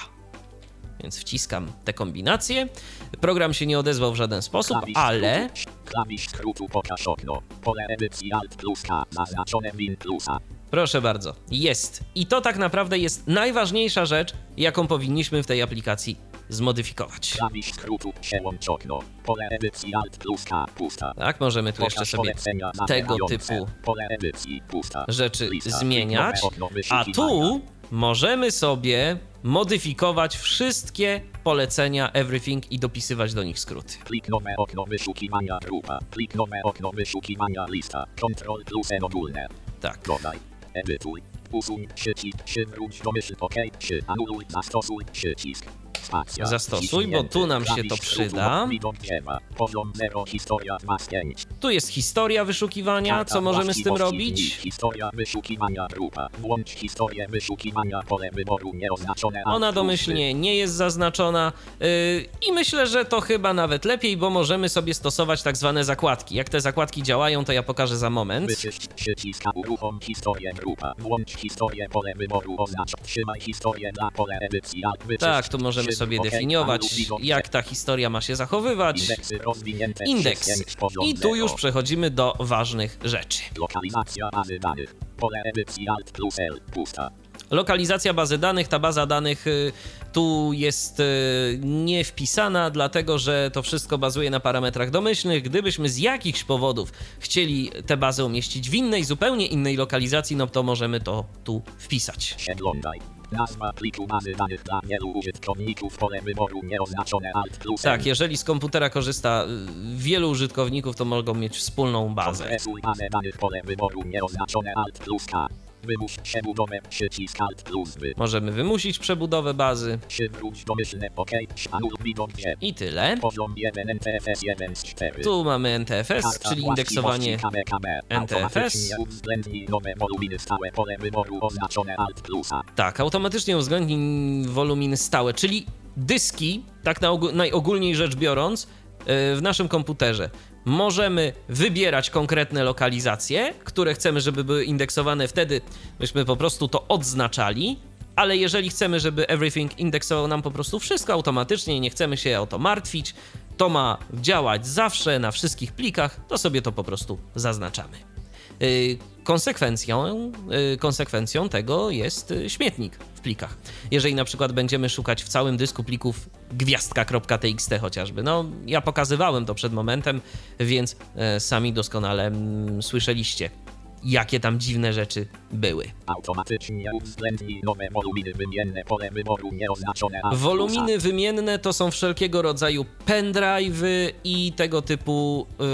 Więc wciskam tę kombinację. Program się nie odezwał w żaden sposób, Klawisz ale... skrótu, klawisz skrótu pokaż okno. Pole edycji Alt plus K, zaznaczone Win plusa. Proszę bardzo, jest. I to tak naprawdę jest najważniejsza rzecz, jaką powinniśmy w tej aplikacji zmodyfikować. Klawisz skrótu przełącz okno. Pole edycji Alt plus K, pusta. Tak, możemy tu jeszcze Pokaż sobie polecenia tego zawierające. typu Pole edycji, pusta. rzeczy Lista. zmieniać, Nowe okno a wyszukiwania. tu możemy sobie modyfikować wszystkie polecenia Everything i dopisywać do nich skróty. Plik nowe okno wyszukiwania grupa. Plik nowe okno wyszukiwania lista. Ctrl plus N ogólne. Tak. Dodaj. Edytuj. Usuń przycisk. Przywróć do myszy. OK. Przy anuluj. Zastosuj przycisk. Spacja. Zastosuj, bo tu nam się to przyda. Widok drzewa. Poziom zero. Historia dwa z pięć. Tu jest historia wyszukiwania, co możemy z tym robić? Historia wyszukiwania grupa. Włącz historię wyszukiwania. Pole wyboru nieoznaczone. Ona domyślnie nie jest zaznaczona yy, i myślę, że to chyba nawet lepiej, bo możemy sobie stosować tak zwane zakładki. Jak te zakładki działają, to ja pokażę za moment. Wyczyść przyciska. Uruchom historię grupa. Włącz historię. Pole wyboru oznacz. Trzymaj historię dla pole edycji. Alt wyczyść. Tak, tu możemy sobie definiować, jak ta historia ma się zachowywać. Indeksy rozwinięte. Indeks. I tu już przechodzimy do ważnych rzeczy. Lokalizacja bazy danych. Pole edycji Alt plus L. Pusta. Lokalizacja bazy danych, ta baza danych y, tu jest y, nie wpisana, dlatego że to wszystko bazuje na parametrach domyślnych. Gdybyśmy z jakichś powodów chcieli tę bazę umieścić w innej, zupełnie innej lokalizacji, no to możemy to tu wpisać. Przeglądaj. Nazwa pliku bazy danych dla wielu użytkowników. Pole wyboru nieoznaczone Alt plus N. Tak, jeżeli z komputera korzysta y, wielu użytkowników, to mogą mieć wspólną bazę. Kompresuj bazę danych. Pole wyboru nieoznaczone Alt plus K. Wymuś przebudowę. Przycisk Alt plus V. Możemy wymusić przebudowę bazy Przywróć domyślne. OK. Anul widok drzew. i tyle. Poziom jeden N T F S jeden z czterech. Tu mamy N T F S, Karta czyli właściwości indeksowanie K B K B. N T F S. Automatycznie uwzględnij nowe woluminy stałe. Pole wyboru oznaczone Alt plusa. Tak, automatycznie uwzględni woluminy stałe, czyli dyski, tak na ogó- najogólniej rzecz biorąc, yy, w naszym komputerze. Możemy wybierać konkretne lokalizacje, które chcemy, żeby były indeksowane, wtedy byśmy po prostu to odznaczali, ale jeżeli chcemy, żeby Everything indeksował nam po prostu wszystko automatycznie i nie chcemy się o to martwić, to ma działać zawsze na wszystkich plikach, to sobie to po prostu zaznaczamy. Yy, konsekwencją, yy, konsekwencją tego jest yy, śmietnik w plikach. Jeżeli na przykład będziemy szukać w całym dysku plików gwiazdka.txt chociażby, no ja pokazywałem to przed momentem, więc yy, sami doskonale yy, słyszeliście, jakie tam dziwne rzeczy były. Automatycznie uwzględnij nowe woluminy wymienne. Pole wyboru nieoznaczone Alt Woluminy wymienne to są wszelkiego rodzaju pendrive'y i tego typu yy,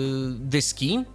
dyski,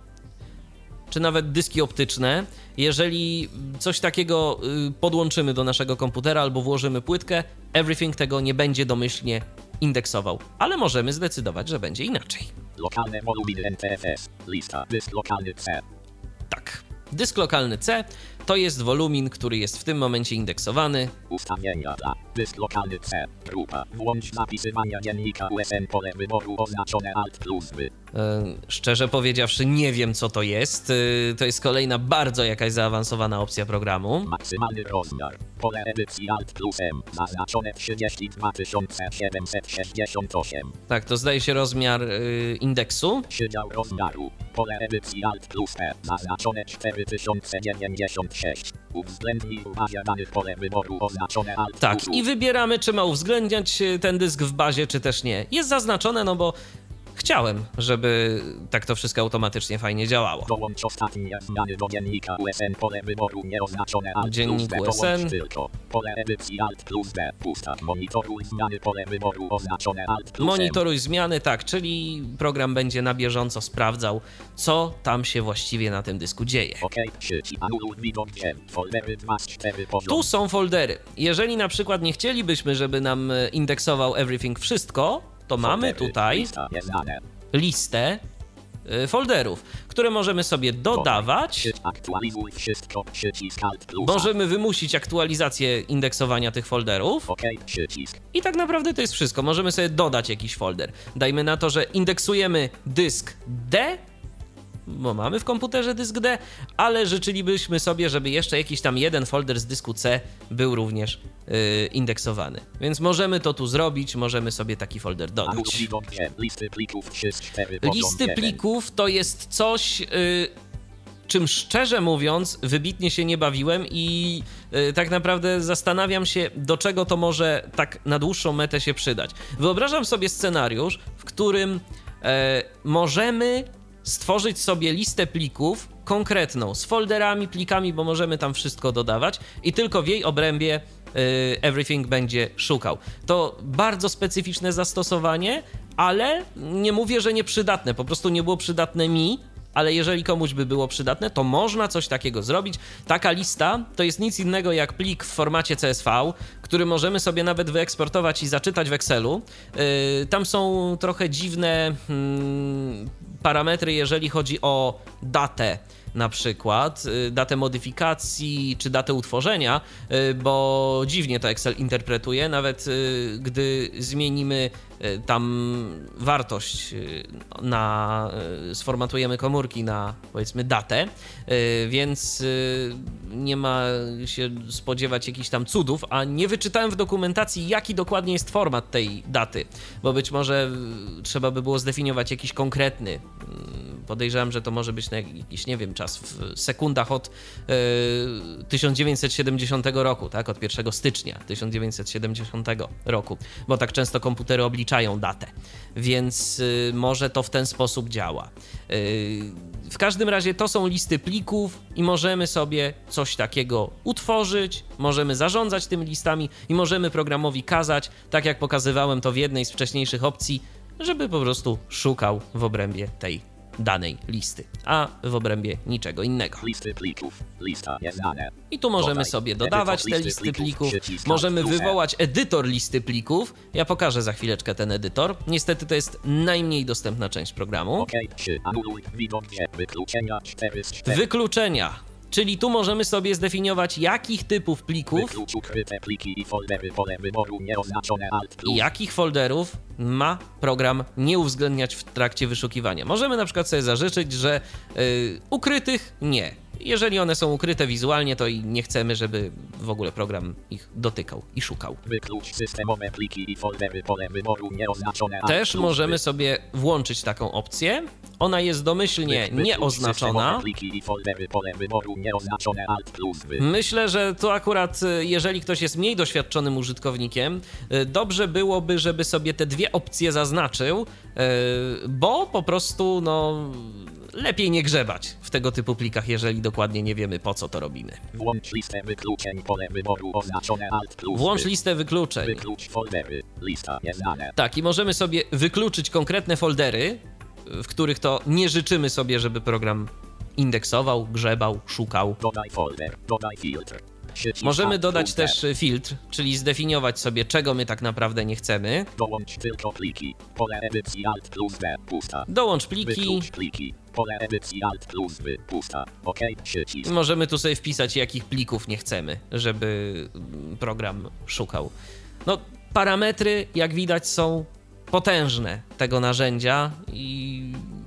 czy nawet dyski optyczne. Jeżeli coś takiego y, podłączymy do naszego komputera albo włożymy płytkę, Everything tego nie będzie domyślnie indeksował, ale możemy zdecydować, że będzie inaczej. Lokalne woluminy N T F S. Lista. Dysk lokalny C. Tak, dysk lokalny C to jest wolumin, który jest w tym momencie indeksowany. Ustawienia dla dysk lokalny C. Grupa. Włącz zapisywania dziennika U S M. Pole wyboru oznaczone Alt plus V. Yy, szczerze powiedziawszy, nie wiem, co to jest. Yy, to jest kolejna bardzo jakaś zaawansowana opcja programu. Maksymalny rozmiar. Pole edycji Alt plus M. Zaznaczone trzydzieści dwa tysiące siedemset sześćdziesiąt osiem. Tak, to zdaje się rozmiar yy, indeksu. Przydział rozmiaru. Pole edycji Alt plus P. Zaznaczone cztery tysiące dziewięćdziesiąt sześć. Uwzględnij w bazie danych. Pole wyboru oznaczone Alt Tak, plus U. i wybieramy, czy ma uwzględniać ten dysk w bazie, czy też nie. Jest zaznaczone, no bo chciałem, żeby tak to wszystko automatycznie fajnie działało. Dołącz ostatnie zmiany do dziennika U S M. Pole wyboru nieoznaczone Alt Dziennik plus B. U S M. Dołącz tylko. Pole edycji Alt plus B. Pusta. Monitoruj zmiany. Pole wyboru oznaczone Alt plus M. Monitoruj zmiany, tak, czyli program będzie na bieżąco sprawdzał, co tam się właściwie na tym dysku dzieje. OK. Przycisk anuluj widok drzew. Foldery dwa z czterech poziom. Tu są foldery. Jeżeli na przykład nie chcielibyśmy, żeby nam indeksował Everything wszystko, to mamy Foldery. tutaj Lista nieznane. listę y, folderów, które możemy sobie dodawać. Aktualizuj wszystko, przycisk Alt plus. Możemy wymusić aktualizację indeksowania tych folderów. OK, przycisk. I tak naprawdę to jest wszystko. Możemy sobie dodać jakiś folder. Dajmy na to, że indeksujemy dysk D, bo mamy w komputerze dysk D, ale życzylibyśmy sobie, żeby jeszcze jakiś tam jeden folder z dysku C był również yy, indeksowany. Więc możemy to tu zrobić, możemy sobie taki folder dodać. Listy plików, Listy plików to jest coś, yy, czym szczerze mówiąc wybitnie się nie bawiłem i yy, tak naprawdę zastanawiam się, do czego to może tak na dłuższą metę się przydać. Wyobrażam sobie scenariusz, w którym yy, możemy stworzyć sobie listę plików konkretną, z folderami, plikami, bo możemy tam wszystko dodawać i tylko w jej obrębie y, Everything będzie szukał. To bardzo specyficzne zastosowanie, ale nie mówię, że nieprzydatne, po prostu nie było przydatne mi, ale jeżeli komuś by było przydatne, to można coś takiego zrobić. Taka lista to jest nic innego jak plik w formacie C S V, który możemy sobie nawet wyeksportować i zaczytać w Excelu. Yy, tam są trochę dziwne hmm, parametry, jeżeli chodzi o datę na przykład, datę modyfikacji czy datę utworzenia, bo dziwnie to Excel interpretuje, nawet gdy zmienimy tam wartość na, sformatujemy komórki na, powiedzmy, datę, więc nie ma się spodziewać jakichś tam cudów, a nie wyczytałem w dokumentacji, jaki dokładnie jest format tej daty, bo być może trzeba by było zdefiniować jakiś konkretny. Podejrzewam, że to może być na jakiś, nie wiem, czas w sekundach od y, tysiąc dziewięćset siedemdziesiątego roku, tak, od pierwszego stycznia tysiąc dziewięćset siedemdziesiątego roku, bo tak często komputery obliczają datę, więc y, może to w ten sposób działa. Y, w każdym razie to są listy plików i możemy sobie coś takiego utworzyć, możemy zarządzać tymi listami i możemy programowi kazać, tak jak pokazywałem to w jednej z wcześniejszych opcji, żeby po prostu szukał w obrębie tej danej listy, a w obrębie niczego innego. Listy plików, lista nieznane. I tu możemy Dodaj. sobie dodawać te listy plików, możemy wywołać edytor listy plików. Ja pokażę za chwileczkę ten edytor. Niestety to jest najmniej dostępna część programu. OK, trzy, anuluj, widok, wykluczenia, cztery z czterech. Wykluczenia. Czyli tu możemy sobie zdefiniować, jakich typów plików Wyklucz ukryte pliki i foldery, pole wyboru nieoznaczone Alt plus. i jakich folderów ma program nie uwzględniać w trakcie wyszukiwania. Możemy na przykład sobie zażyczyć, że yy, ukrytych nie. Jeżeli one są ukryte wizualnie, to i nie chcemy, żeby w ogóle program ich dotykał i szukał. Wyklucz systemowe pliki i foldery, pole wyboru nieoznaczone Alt Też plus. możemy sobie włączyć taką opcję. Ona jest domyślnie Wyklucz nieoznaczona. systemowe pliki i foldery, pole wyboru nieoznaczone Alt plus. Myślę, że to akurat, jeżeli ktoś jest mniej doświadczonym użytkownikiem, dobrze byłoby, żeby sobie te dwie opcje zaznaczył, bo po prostu, no, lepiej nie grzebać w tego typu plikach, jeżeli dokładnie nie wiemy, po co to robimy. Włącz listę wykluczeń, pole wyboru oznaczone Alt plus. Włącz listę wykluczeń. Wyklucz foldery, lista nieznane. Tak, i możemy sobie wykluczyć konkretne foldery, w których to nie życzymy sobie, żeby program indeksował, grzebał, szukał. Dodaj folder, dodaj filtr. Przycisk Możemy Alt dodać plus też D. filtr, czyli zdefiniować sobie, czego my tak naprawdę nie chcemy. Dołącz tylko pliki. Pole edycji Alt plus D, pusta. Dołącz pliki. Wyklucz pliki. Pole edycji Alt plus V, pusta. OK, przycisk. Możemy tu sobie wpisać, jakich plików nie chcemy, żeby program szukał. No, parametry, jak widać, są potężne tego narzędzia i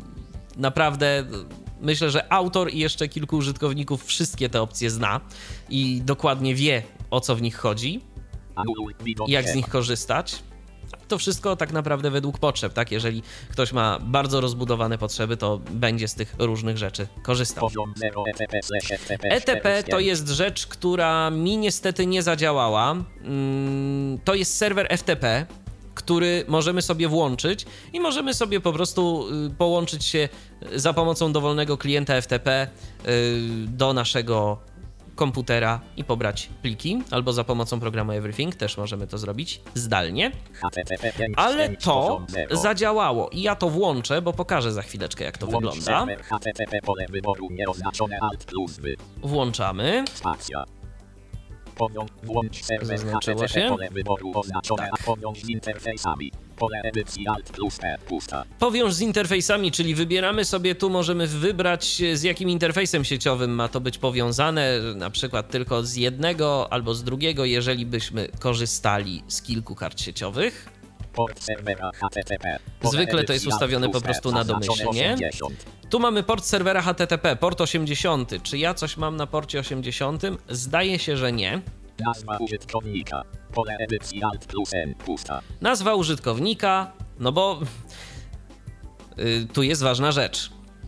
naprawdę myślę, że autor i jeszcze kilku użytkowników wszystkie te opcje zna i dokładnie wie, o co w nich chodzi, Anuluj widok jak z drzewa. nich korzystać. To wszystko tak naprawdę według potrzeb, tak? Jeżeli ktoś ma bardzo rozbudowane potrzeby, to będzie z tych różnych rzeczy korzystał. Poziom zero E T P slash F T P E T P to czterdzieści. jest rzecz, która mi niestety nie zadziałała. Mm, To jest serwer F T P, który możemy sobie włączyć i możemy sobie po prostu y, połączyć się za pomocą dowolnego klienta F T P y, do naszego komputera i pobrać pliki, albo za pomocą programu Everything też możemy to zrobić zdalnie. H T T P pięć Ale pięć to poziom zero. zadziałało i ja to włączę, bo pokażę za chwileczkę, jak to Włącz wygląda. serwer H T T P pole wyboru nieoznaczone Alt plus V. Włączamy. Spacja. Powiąż, włącz serwer H T Zaznaczyło T P się. pole wyboru oznaczone, Tak. a powiąż z interfejsami. Pole edycji Alt plus E, pusta. Powiąż z interfejsami, czyli wybieramy sobie tu, możemy wybrać z jakim interfejsem sieciowym ma to być powiązane, na przykład tylko z jednego albo z drugiego, jeżeli byśmy korzystali z kilku kart sieciowych. Port serwera H T T P. Zwykle to jest ustawione po prostu na domyślnie. Tu mamy port serwera H T T P, port osiemdziesiąty. Czy ja coś mam na porcie osiemdziesiątym? Zdaje się, że nie. Nazwa użytkownika. Pole edycji Alt plus N, pusta. Nazwa użytkownika, no bo yy, tu jest ważna rzecz.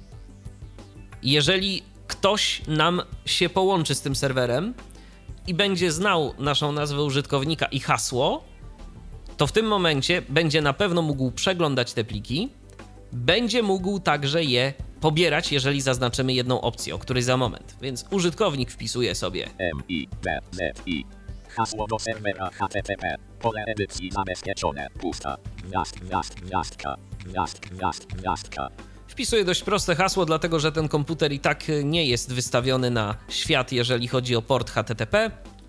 Jeżeli ktoś nam się połączy z tym serwerem i będzie znał naszą nazwę użytkownika i hasło, to w tym momencie będzie na pewno mógł przeglądać te pliki, będzie mógł także je pobierać, jeżeli zaznaczymy jedną opcję, o której za moment. Więc użytkownik wpisuje sobie M I B Z I. Hasło do serwera H T T P. Pole edycji zabezpieczone, pusta. Gwiazd, gwiazd, gwiazdka. Gwiazd, gwiazd, gwiazdka. Wpisuję dość proste hasło, dlatego że ten komputer i tak nie jest wystawiony na świat, jeżeli chodzi o port H T T P.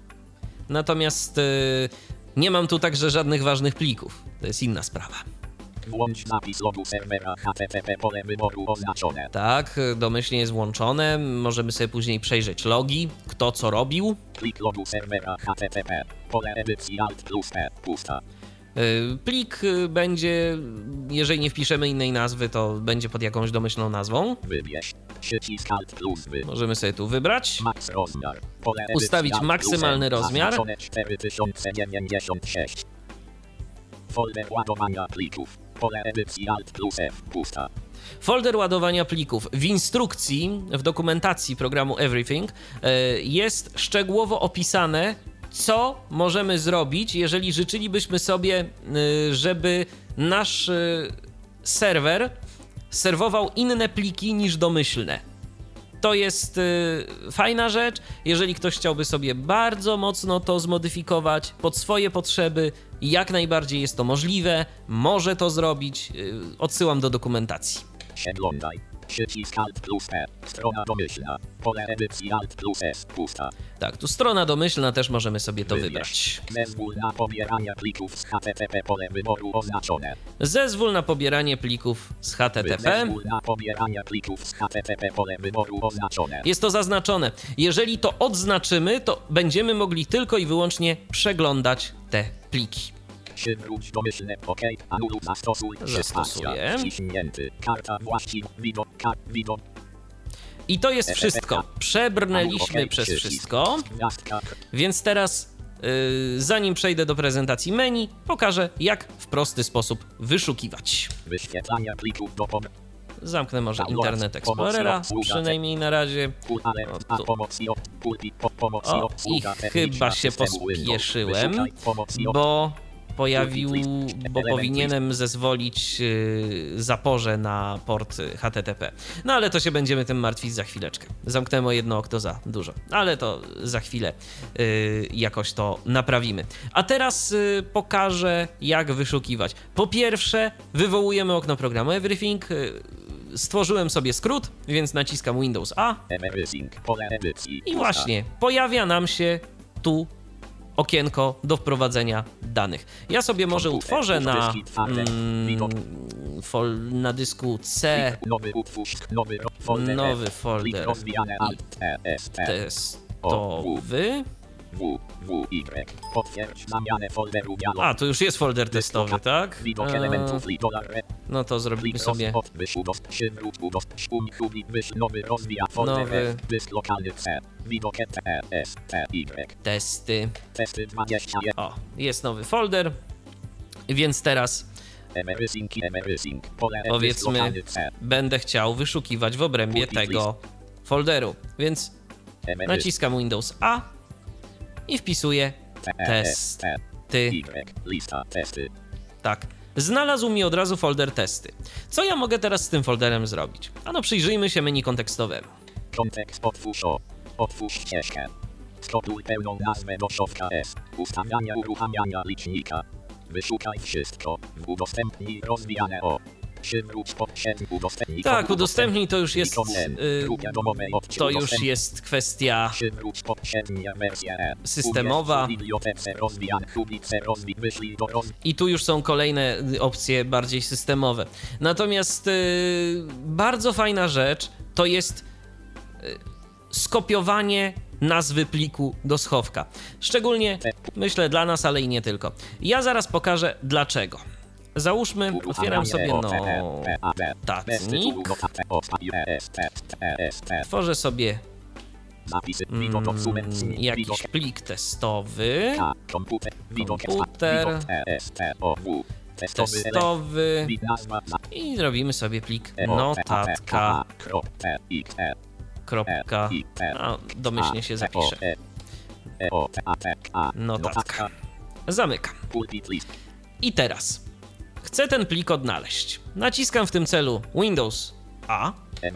Natomiast yy, nie mam tu także żadnych ważnych plików. To jest inna sprawa. Włącz napis logu serwera H T T P, pole wyboru oznaczone. Tak, domyślnie jest włączone. Możemy sobie później przejrzeć logi, kto co robił. Plik logu serwera H T T P. Pole edycji Alt plus E, pusta. Yy, plik będzie, jeżeli nie wpiszemy innej nazwy, to będzie pod jakąś domyślną nazwą. Wybierz. Przycisk Alt plus wy. Możemy sobie tu wybrać. Max rozmiar. Pole edycji Ustawić Alt plus maksymalny N, rozmiar. zaznaczone cztery tysiące dziewięćdziesiąt sześć. Folder ładowania plików. Pole edycji Alt plus F, pusta. Folder ładowania plików. W instrukcji, w dokumentacji programu Everything yy, jest szczegółowo opisane, co możemy zrobić, jeżeli życzylibyśmy sobie, yy, żeby nasz yy, serwer serwował inne pliki niż domyślne. To jest yy, fajna rzecz. Jeżeli ktoś chciałby sobie bardzo mocno to zmodyfikować pod swoje potrzeby, jak najbardziej jest to możliwe, może to zrobić. Yy, odsyłam do dokumentacji. Przeglądaj. Przycisk Alt plus E. Strona domyślna. Pole edycji Alt plus S, pusta. Tak, tu strona domyślna, też możemy sobie to Wybierz. wybrać. Zezwól na pobieranie plików z H T T P, pole wyboru oznaczone. Zezwól na pobieranie plików z H T T P. Zezwól na pobieranie plików z H T T P, pole wyboru oznaczone. Jest to zaznaczone. Jeżeli to odznaczymy, to będziemy mogli tylko i wyłącznie przeglądać te pliki. Przywróć domyślne OK. Anuluj zastosuj. Zastosuję. Wciśnięty. Karta właściwa. Widok. Kart. Widok. I to jest wszystko. Przebrnęliśmy OK, przez przycisk. wszystko. Gwiazdka. Więc teraz, yy, zanim przejdę do prezentacji menu, pokażę, jak w prosty sposób wyszukiwać. Wyświetlanie plików do pom... Zamknę może Download. Internet Explorera, Pomoc. przynajmniej na razie. Pull alert. O, A tu. pomoc i op- pulpit. Po- pomoc O, obsługa i techniczna chyba się systemu Windows. pospieszyłem, Wyszukaj pomoc i op- bo pojawił, bo Element powinienem zezwolić yy, zaporze na port H T T P. No ale to się będziemy tym martwić za chwileczkę. Zamknęło jedno okno za dużo, ale to za chwilę yy, jakoś to naprawimy. A teraz yy, pokażę, jak wyszukiwać. Po pierwsze, wywołujemy okno programu Everything. Yy, stworzyłem sobie skrót, więc naciskam Windows A Everything. Pole edycji. i Pusta. właśnie pojawia nam się tu okienko do wprowadzenia danych. Ja sobie może Komputer, utworzę na, dyski twarde, widok. mm, fol, na dysku C Nowy utwórz. Nowy ro- folder. nowy Plik folder rozwijane Alt E S T. testowy. W, W, Y. Potwierdź zamianę folderu dialog. A, tu już jest folder testowy, tak? Widok E, elementów li dolar re. No to zrobimy Plik sobie roz- od wyszł dost przywróć dost szum kubli wyszł nowy rozwija folder Nowy. E. Dysk lokalny C. Widok E T E S T Y. testy. Testy dwadzieścia jeden. O, jest nowy folder, więc teraz Everything, everything. Pole E. Dysk powiedzmy lokalny C. będę chciał wyszukiwać w obrębie Multiplis. tego folderu, więc Everything. naciskam Windows A i wpisuję T E S T testy. Y. Lista testy. Tak. Znalazł mi od razu folder testy. Co ja mogę teraz z tym folderem zrobić? Ano przyjrzyjmy się menu kontekstowemu. Kontekst otwórz o. Otwórz ścieżkę. Stopuj pełną nazwę do szowka S. Ustawiania uruchamiania licznika. Wyszukaj wszystko. Udostępnij rozwijane o. Tak, udostępnij to już jest, y, to już jest kwestia systemowa i tu już są kolejne opcje bardziej systemowe. Natomiast y, bardzo fajna rzecz to jest y, skopiowanie nazwy pliku do schowka. Szczególnie, myślę, dla nas, ale i nie tylko. Ja zaraz pokażę dlaczego. Załóżmy, otwieram sobie notatnik, tworzę sobie mm, jakiś plik testowy, komputer testowy i zrobimy sobie plik notatka. Kropka, a domyślnie się zapisze. Notatka. Zamykam. I teraz chcę ten plik odnaleźć. Naciskam w tym celu Windows A.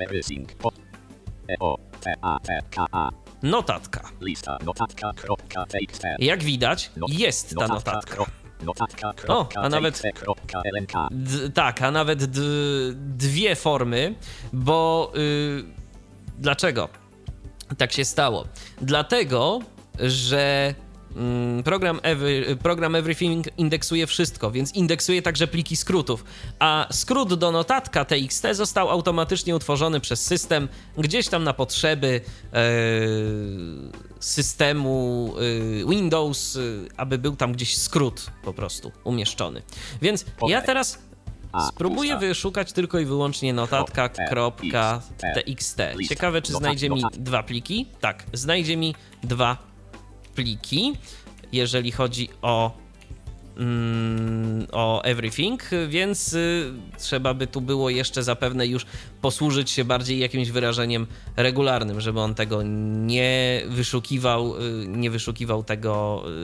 Notatka. Jak widać, jest ta notatka. O, a nawet d, tak, a nawet d, dwie formy, bo y, dlaczego tak się stało? Dlatego, że Program, Every, program Everything indeksuje wszystko, więc indeksuje także pliki skrótów, a skrót do notatka T X T został automatycznie utworzony przez system gdzieś tam na potrzeby e, systemu e, Windows, e, aby był tam gdzieś skrót po prostu umieszczony. Więc ja teraz spróbuję wyszukać tylko i wyłącznie notatka.txt. Ciekawe, czy znajdzie mi dwa pliki? Tak, znajdzie mi dwa pliki, jeżeli chodzi o, mm, o Everything, więc y, trzeba by tu było jeszcze zapewne już posłużyć się bardziej jakimś wyrażeniem regularnym, żeby on tego nie wyszukiwał, y, nie wyszukiwał tego y,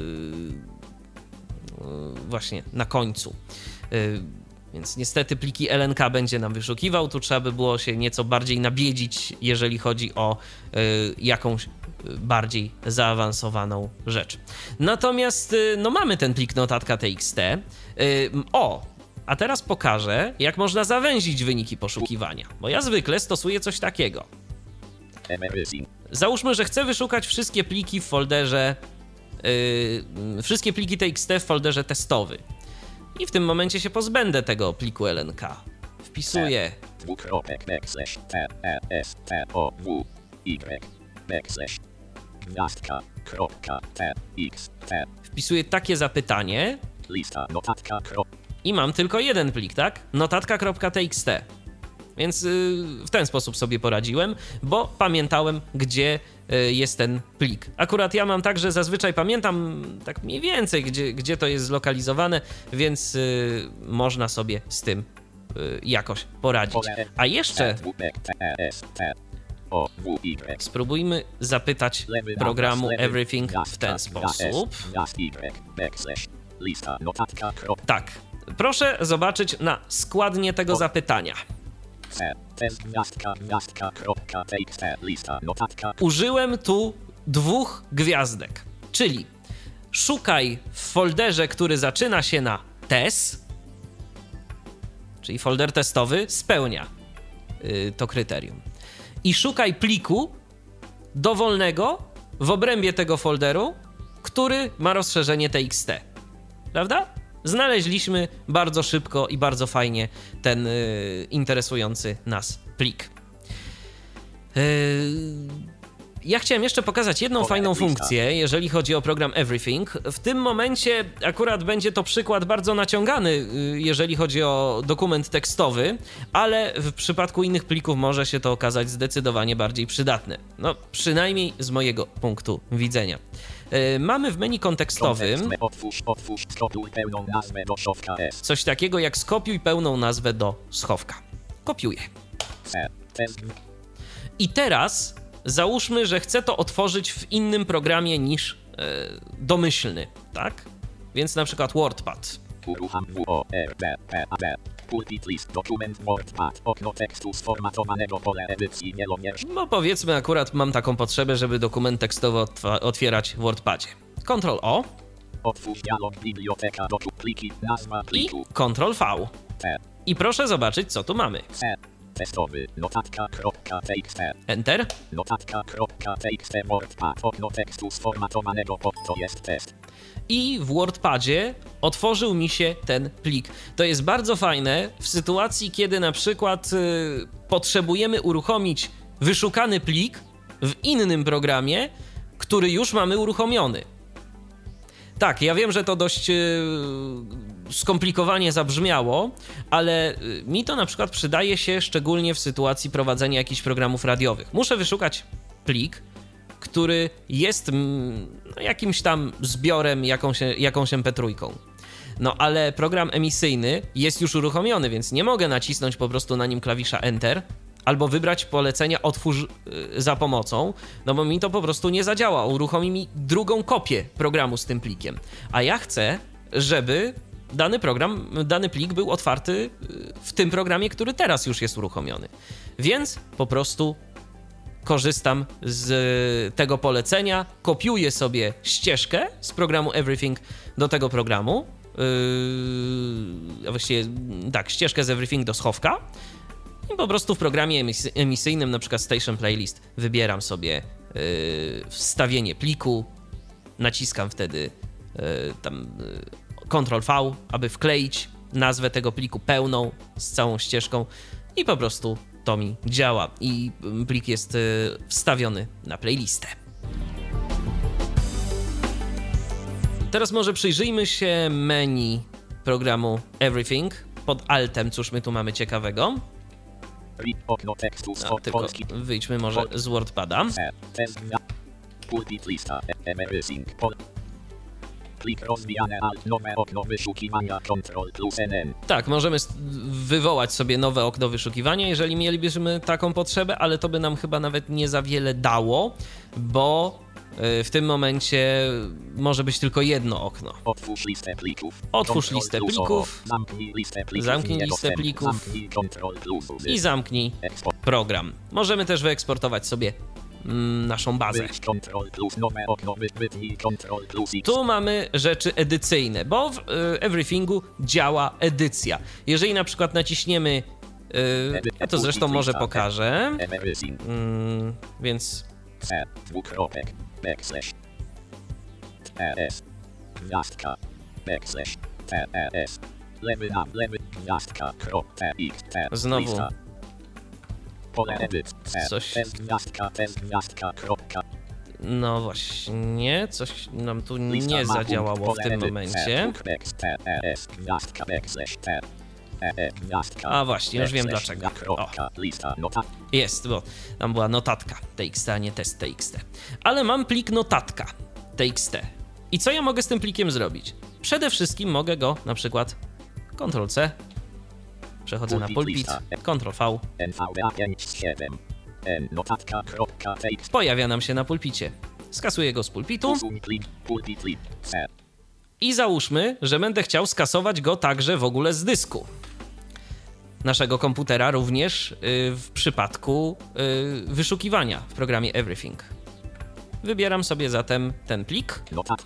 y, właśnie na końcu. Y, Więc niestety pliki L N K będzie nam wyszukiwał, tu trzeba by było się nieco bardziej nabiedzić, jeżeli chodzi o y, jakąś bardziej zaawansowaną rzecz. Natomiast y, no mamy ten plik notatka.txt. Y, o, a teraz pokażę, jak można zawęzić wyniki poszukiwania, bo ja zwykle stosuję coś takiego. Załóżmy, że chcę wyszukać wszystkie pliki w folderze, y, wszystkie pliki T X T w folderze testowy. I w tym momencie się pozbędę tego pliku L N K. Wpisuję Wpisuję takie zapytanie i mam tylko jeden plik, tak? notatka.txt. Więc yy, w ten sposób sobie poradziłem, bo pamiętałem, gdzie yy, jest ten plik. Akurat ja mam tak, że zazwyczaj pamiętam tak mniej więcej, gdzie, gdzie to jest zlokalizowane, więc yy, można sobie z tym yy, jakoś poradzić. A jeszcze spróbujmy zapytać programu Everything w ten sposób. Tak, proszę zobaczyć na składnię tego zapytania. Użyłem tu dwóch gwiazdek, czyli szukaj w folderze, który zaczyna się na tes, czyli folder testowy spełnia yy, to kryterium. I szukaj pliku dowolnego w obrębie tego folderu, który ma rozszerzenie T X T. Prawda? Znaleźliśmy bardzo szybko i bardzo fajnie ten y, interesujący nas plik. Yy, ja chciałem jeszcze pokazać jedną fajną funkcję, jeżeli chodzi o program Everything. W tym momencie akurat będzie to przykład bardzo naciągany, y, jeżeli chodzi o dokument tekstowy, ale w przypadku innych plików może się to okazać zdecydowanie bardziej przydatne. No, przynajmniej z mojego punktu widzenia. Mamy w menu kontekstowym coś takiego jak skopiuj pełną nazwę do schowka. Kopiuję. I teraz załóżmy, że chcę to otworzyć w innym programie niż e, domyślny, tak? Więc na przykład WordPad. Pulpit list, dokument WordPad, okno tekstu sformatowanego, pole edycji wielowiersz. No powiedzmy akurat mam taką potrzebę, żeby dokument tekstowy otwa- otwierać w WordPadzie. Ctrl O. Otwórz dialog biblioteka do pliki, nazwa pliku. I Ctrl V. I proszę zobaczyć, co tu mamy. C. Testowy. Notatka.txt. Enter. Notatka.txt. WordPad. Okno tekstu sformatowanego pod to jest test. I w WordPadzie otworzył mi się ten plik. To jest bardzo fajne w sytuacji, kiedy na przykład y, potrzebujemy uruchomić wyszukany plik w innym programie, który już mamy uruchomiony. Tak, ja wiem, że to dość y, skomplikowanie zabrzmiało, ale y, mi to na przykład przydaje się szczególnie w sytuacji prowadzenia jakichś programów radiowych. Muszę wyszukać plik, który jest mm, no, jakimś tam zbiorem, jakąś, jakąś em pe trzy. No ale program emisyjny jest już uruchomiony, więc nie mogę nacisnąć po prostu na nim klawisza Enter albo wybrać polecenia otwórz y, za pomocą, no bo mi to po prostu nie zadziała. Uruchomi mi drugą kopię programu z tym plikiem. A ja chcę, żeby dany program, dany plik był otwarty w tym programie, który teraz już jest uruchomiony. Więc po prostu korzystam z tego polecenia, kopiuję sobie ścieżkę z programu Everything do tego programu, yy, a właściwie tak, ścieżkę z Everything do schowka i po prostu w programie emisy- emisyjnym, na przykład Station Playlist, wybieram sobie yy, wstawienie pliku, naciskam wtedy yy, tam yy, kontrol V, aby wkleić nazwę tego pliku pełną z całą ścieżką i po prostu to mi działa i plik jest wstawiony na playlistę. Teraz może przyjrzyjmy się menu programu Everything. Pod Altem, cóż my tu mamy ciekawego? Okno tekstu No, tylko wyjdźmy może z WordPada. Pulpit lista. Everything. Plik rozwijane alt nowe okno wyszukiwania Ctrl plus N M. Tak, możemy wywołać sobie nowe okno wyszukiwania, jeżeli mielibyśmy taką potrzebę, ale to by nam chyba nawet nie za wiele dało, bo w tym momencie może być tylko jedno okno. Otwórz listę plików. Otwórz listę plików. Zamknij listę plików. Zamknij listę plików. I zamknij program. Możemy też wyeksportować sobie naszą bazę. Tu mamy rzeczy edycyjne, bo w Everythingu działa edycja. Jeżeli na przykład naciśniemy, ja to zresztą może pokażę, więc znowu coś. No właśnie, coś nam tu nie zadziałało w tym momencie. A właśnie, już wiem dlaczego. O. Jest, bo tam była notatka txt, a nie test txt. Ale mam plik notatka txt. I co ja mogę z tym plikiem zrobić? Przede wszystkim mogę go na przykład kontrol C. Przechodzę na pulpit, kontrol V. Pojawia nam się na pulpicie. Skasuję go z pulpitu. I załóżmy, że będę chciał skasować go także w ogóle z dysku naszego komputera, również w przypadku wyszukiwania w programie Everything. Wybieram sobie zatem ten plik.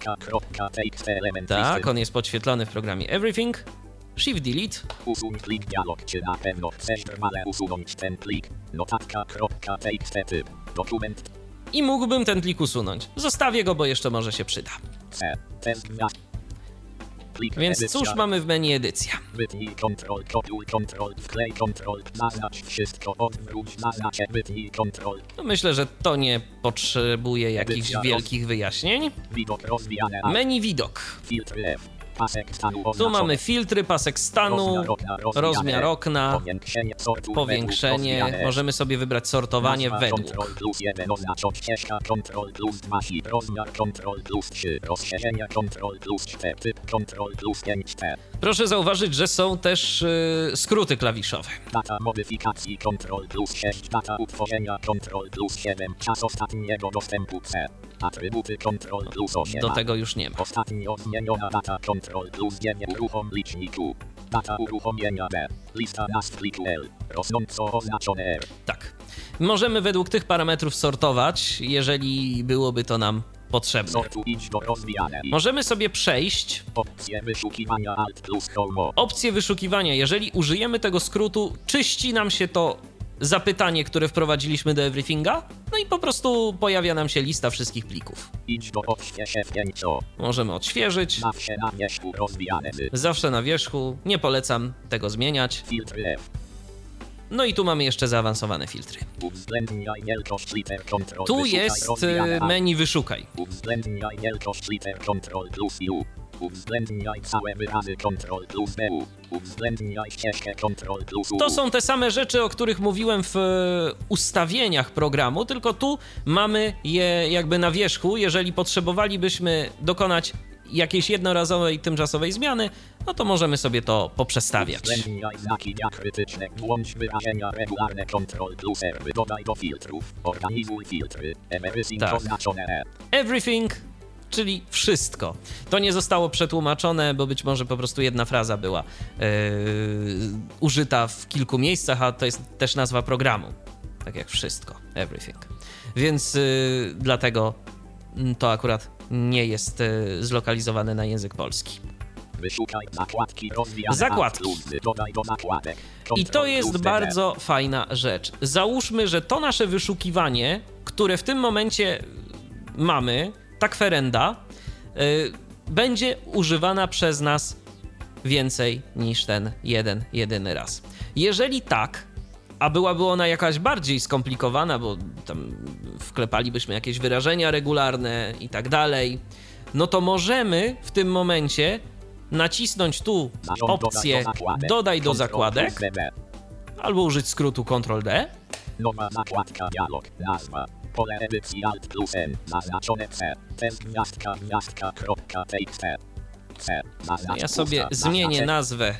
Tak, on jest podświetlony w programie Everything. Shift Delete. Usuń plik dialog, czy na pewno chcesz trwale usunąć ten plik. Notatka.txt typ. Dokument. I mógłbym ten plik usunąć. Zostawię go, bo jeszcze może się przyda. C. Test plik Więc edycja. cóż mamy w menu edycja? Wytnij kontrol, kopiuj kontrol, wklej kontrol, zaznacz wszystko, odwróć, zaznacz, wytnij kontrol. No myślę, że to nie potrzebuje jakichś Edycja wielkich wyjaśnień. Widok rozwijane. Menu widok. Filtry F. Pasek stanu Tu oznaczony. mamy filtry, pasek stanu, Rozmiar okna, rozmiar okna, powiększenie, sortuj powiększenie. według, Możemy sobie wybrać sortowanie nazwa według. Ctrl plus jeden oznaczać ścieżka, Ctrl plus dwa, rozmiar Ctrl plus trzy, rozszerzenie Ctrl plus cztery, typ Ctrl plus pięć T. Proszę zauważyć, że są też yy, skróty klawiszowe. Data modyfikacji Ctrl plus sześć, data utworzenia Ctrl plus siedem, czas ostatniego dostępu C. Atrybuty Ctrl plus osiem. Do tego już nie ma. Ostatnio zmieniona data Ctrl plus dziewięć, uruchom liczniku. Data uruchomienia B. Lista nazw pliku L. Rosnąco oznaczone R. Tak. Możemy według tych parametrów sortować, jeżeli byłoby to nam potrzebne. Sortu idź do rozwijania. Możemy sobie przejść Opcje wyszukiwania Alt plus Home. opcję wyszukiwania. Jeżeli użyjemy tego skrótu, czyści nam się to zapytanie, które wprowadziliśmy do Everythinga, no i po prostu pojawia nam się lista wszystkich plików. Idź do odświeżenia. Możemy odświeżyć. Zawsze na wierzchu rozwijane. Zawsze na wierzchu. Nie polecam tego zmieniać. Filtry F. No i tu mamy jeszcze zaawansowane filtry. Uwzględniaj wielkość liter Ctrl. Tu Wyszukaj jest rozwijane y, A. menu wyszukaj. Uwzględniaj wielkość liter Ctrl plus U. Uwzględniaj całe wyrazy Ctrl plus B. Uwzględniaj ścieżkę Ctrl plus U. To są te same rzeczy, o których mówiłem w e, ustawieniach programu, tylko tu mamy je jakby na wierzchu. Jeżeli potrzebowalibyśmy dokonać jakiejś jednorazowej, tymczasowej zmiany, no to możemy sobie to poprzestawiać. Uwzględniaj znaki diakrytyczne. Włącz wyrażenia regularne Ctrl plus R. Dodaj do filtrów. Organizuj filtry. Everything Tak. oznaczone E. Everything, czyli wszystko. To nie zostało przetłumaczone, bo być może po prostu jedna fraza była yy, użyta w kilku miejscach, a to jest też nazwa programu. Tak jak wszystko. Everything. Więc yy, dlatego to akurat nie jest yy, zlokalizowane na język polski. Wyszukaj zakładki rozwijane. Zakładki. Alt plus, dodaj do zakładek. I to Ctrl jest plus bardzo fajna rzecz. Załóżmy, że to nasze wyszukiwanie, które w tym momencie mamy, ta kwerenda, yy, będzie używana przez nas więcej niż ten jeden, jedyny raz. Jeżeli tak, a byłaby ona jakaś bardziej skomplikowana, bo tam wklepalibyśmy jakieś wyrażenia regularne i tak dalej, no to możemy w tym momencie nacisnąć tu Zarząd opcję dodaj do zakładek, albo użyć skrótu Ctrl D. Nowa zakładka dialog. Nazwa. Pole edycji Alt plus N. Zaznaczone C. Test gwiazdka gwiazdka kropka txt. C. Ja sobie zmienię nazwę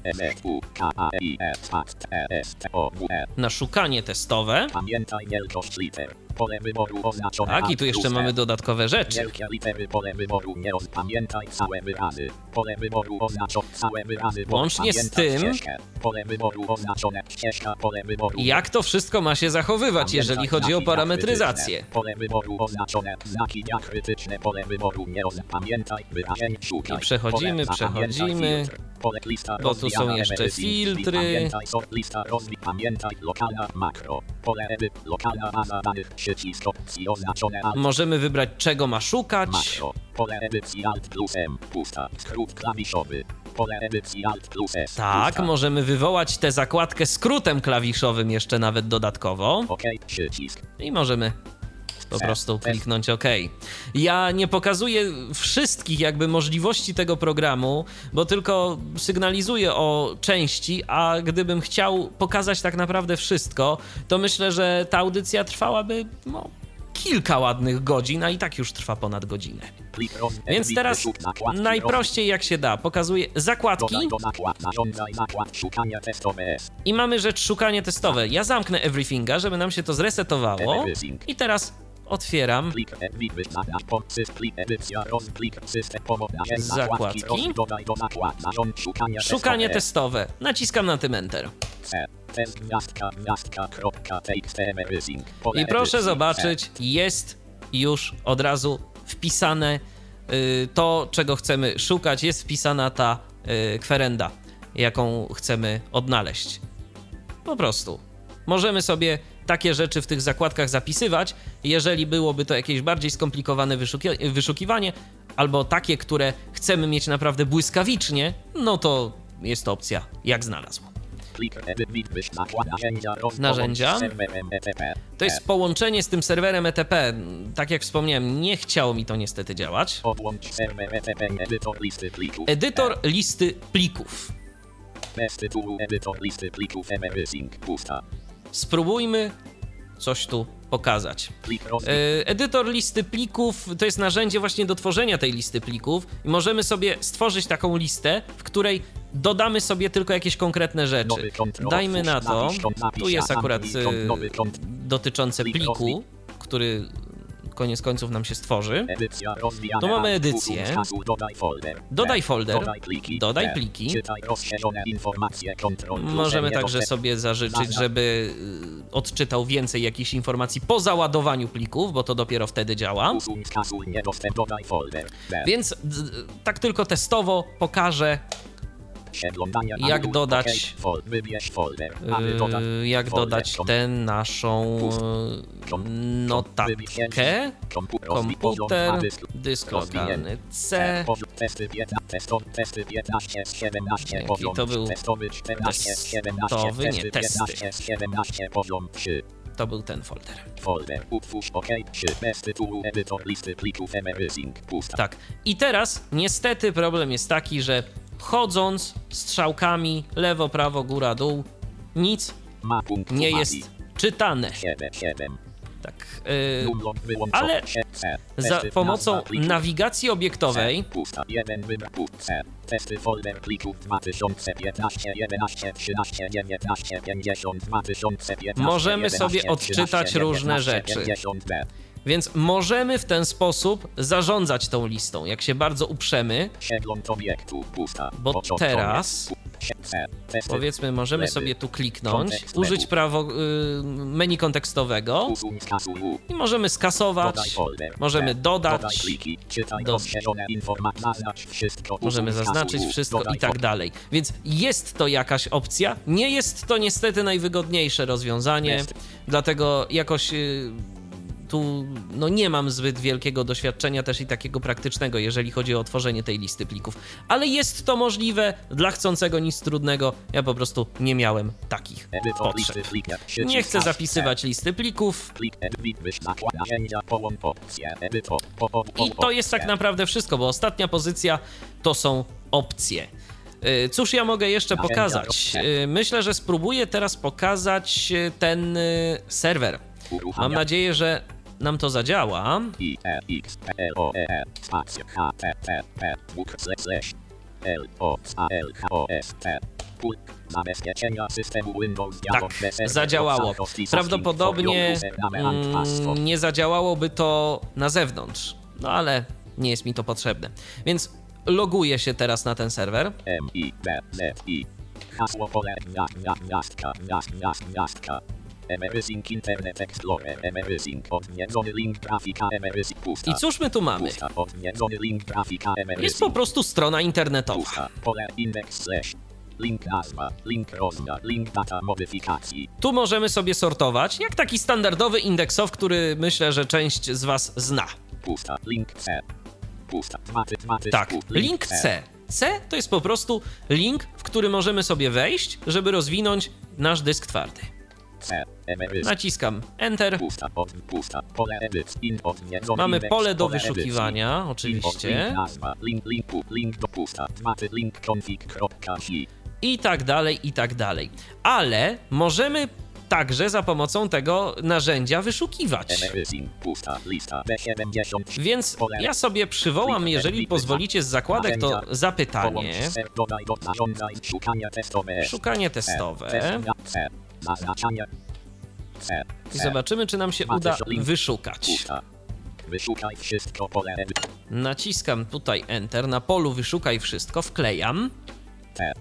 na szukanie testowe. Pamiętaj wielkość liter. Pole wyboru oznaczone. Tak, i tu jeszcze mamy dodatkowe rzeczy. Wielkie litery pole wyboru nie oz... Pamiętaj całe wyrazy. Pole wyboru oznaczone. Całe wyrazy. Łącznie z Pamiętaj tym, ścieżkę. Pole wyboru oznaczone. Ścieżka. Pole wyboru. Jak to wszystko ma się zachowywać, jeżeli chodzi o parametryzację. Pole wyboru oznaczone. Znaki diakrytyczne. Pole wyboru nie oz... Pamiętaj wyrażenie. Szukaj. I przechodzimy, Pole, przechodzimy, Pole, lista bo tu są jeszcze filtry. Pamiętaj sort, lista rozwi... Pamiętaj lokalna makro. Pole edyt. Lokalna baza danych. Przycisk opcji oznaczone. Alt. Możemy wybrać, czego ma szukać. Makro. Pole edycji Alt plus M. Pusta. Skrót klawiszowy. Pole edycji Alt plus S. Tak, Pusta. możemy wywołać tę zakładkę skrótem klawiszowym jeszcze nawet dodatkowo. OK. Przycisk. I możemy po prostu kliknąć OK. Ja nie pokazuję wszystkich jakby możliwości tego programu, bo tylko sygnalizuję o części, a gdybym chciał pokazać tak naprawdę wszystko, to myślę, że ta audycja trwałaby no, kilka ładnych godzin, a i tak już trwa ponad godzinę. Więc teraz najprościej jak się da, pokazuję zakładki i mamy rzecz szukanie testowe. Ja zamknę Everythinga, żeby nam się to zresetowało i teraz otwieram zakładki, szukanie testowe, naciskam na tym Enter. I proszę zobaczyć, jest już od razu wpisane y, to, czego chcemy szukać, jest wpisana ta y, kwerenda, jaką chcemy odnaleźć. Po prostu. Możemy sobie takie rzeczy w tych zakładkach zapisywać, jeżeli byłoby to jakieś bardziej skomplikowane wyszuki- wyszukiwanie, albo takie, które chcemy mieć naprawdę błyskawicznie, no to jest to opcja jak znalazł. Narzędzia. To jest połączenie z tym serwerem E T P. Tak jak wspomniałem, nie chciało mi to niestety działać. Edytor listy plików. Bez tytułu edytor listy plików Everything. Pusta. Spróbujmy coś tu pokazać. E, edytor listy plików to jest narzędzie właśnie do tworzenia tej listy plików i możemy sobie stworzyć taką listę, w której dodamy sobie tylko jakieś konkretne rzeczy. Dajmy na to, tu jest akurat e, dotyczące pliku, który koniec końców nam się stworzy. Edycja rozwijana. Tu mamy edycję. Usuń z hasu, dodaj folder. Dodaj folder. Dodaj pliki. Dodaj pliki. Czytaj rozszerzone informacje, kontrol. Możemy także dostęp. sobie zażyczyć, żeby y, odczytał więcej jakichś informacji po załadowaniu plików, bo to dopiero wtedy działa. Usuń z hasu, niedostęp, dodaj folder. B. Więc d- tak tylko testowo pokażę, Przeglądanie jak anuluj. dodać, Okej, fol- Wybierz folder. Aby dodać y, jak folder. dodać Kom- tę naszą y, kom- notatkę. komputer, Komputer, dysk, dysk rozwinięty. lokalny C. Poziom testy piętnaście, testo- testy piętnaście z siedemnaście, Jaki poziom to był testowy czternaście z siedemnaście, testowy? Nie, testy testy. piętnaście z siedemnaście, poziom trzy. To był ten folder. Folder, utwórz OK, trzy, bez tytułu, edytor listy plików, emeryzing, pusta. Tak. I teraz niestety problem jest taki, że chodząc strzałkami lewo, prawo, góra, dół, nic Ma punkt nie uwagi. jest czytane. siedem, siedem. Tak. Nulą Yy, wyłączone. ale C, C. za Testy, pomocą nazwa pliku. nawigacji obiektowej C, pusta, jeden wybór, punkt C. Testy folder plików dwa tysiące piętnaście, jedenaście, trzynaście, dziewiętnaście, pięćdziesiąt, dwa tysiące piętnaście, możemy sobie jedenaście, odczytać trzynaście, różne dziewiętnaście, rzeczy. pięćdziesiąt B. Więc możemy w ten sposób zarządzać tą listą, jak się bardzo uprzemy, Przegląd obiektu, pusta. bo Początkowe. teraz C, testy, powiedzmy możemy lewy. sobie tu kliknąć, Kontekst użyć menu. prawo y, menu kontekstowego Usuń z hasu U. i możemy skasować, Dodaj folder. możemy C. dodać, Dodaj pliki. Czytaj do- rozszerzone informacje. Zaznacz wszystko. możemy Usuń z hasu zaznaczyć U. wszystko Dodaj i tak folder. dalej. Więc jest to jakaś opcja. Nie jest to niestety najwygodniejsze rozwiązanie, Jest. dlatego jakoś y, tu no nie mam zbyt wielkiego doświadczenia też i takiego praktycznego, jeżeli chodzi o tworzenie tej listy plików. Ale jest to możliwe, dla chcącego nic trudnego. Ja po prostu nie miałem takich Edytor potrzeb. listy plik. Przycisk Nie chcę hash, zapisywać listy plików. Plik edit wyświetla narzędzia połącz opcje edytor po, po, po, I to jest tak opcje. naprawdę wszystko, bo ostatnia pozycja to są opcje. Yy, Cóż ja mogę jeszcze Narzędzia pokazać? opcje. Yy, Myślę, że spróbuję teraz pokazać yy, ten yy, serwer. Mam Uruchamia nadzieję, że nam to zadziała. I E X P L O E E spacja H T T P dwóch slash L O A L H O S T Pulk zabezpieczenia systemu Windows Tak, zadziałało. Prawdopodobnie mm, nie zadziałałoby to na zewnątrz, no ale nie jest mi to potrzebne. Więc loguję się teraz na ten serwer. M I B Z I hasło pole gwiazd, gwiazdka, gwiazd, gwiazd, gwiazdka. Emeryzing Internet Explorer, Emeryzing odwiedzony link grafika, Emeryzing pusta. I cóż my tu mamy? Pusta, odwiedzony link grafika, Emeryzing. Jest po prostu strona internetowa. Pusta, pole index slash. Link nazwa, link rozmiar, link data modyfikacji. Tu możemy sobie sortować, jak taki standardowy indeksow, który myślę, że część z was zna. Pusta, link C. Pusta, dwa, dwa, Tak, link C. C to jest po prostu link, w który możemy sobie wejść, żeby rozwinąć nasz dysk twardy. C, emerys. Naciskam Enter. Pusta, od, pusta, pole edyc, in, odwiedzony Mamy indeks, pole do pole wyszukiwania, edycji. oczywiście. Link nazwa, link, linku, link do pusta, dwa, link config.si. I tak dalej, i tak dalej. Ale możemy także za pomocą tego narzędzia wyszukiwać. Emerysing, pusta, lista B siedemdziesiąt. Więc ja sobie przywołam, jeżeli pozwolicie z zakładek, to zapytanie. Dodaj do zarządzaj, szukanie testowe. Szukanie testowe. C, zaznaczanie. C, I zobaczymy, czy nam się uda wyszukać. pusta. Wyszukaj wszystko, pole edycji. Naciskam tutaj Enter, na polu wyszukaj wszystko, wklejam. C.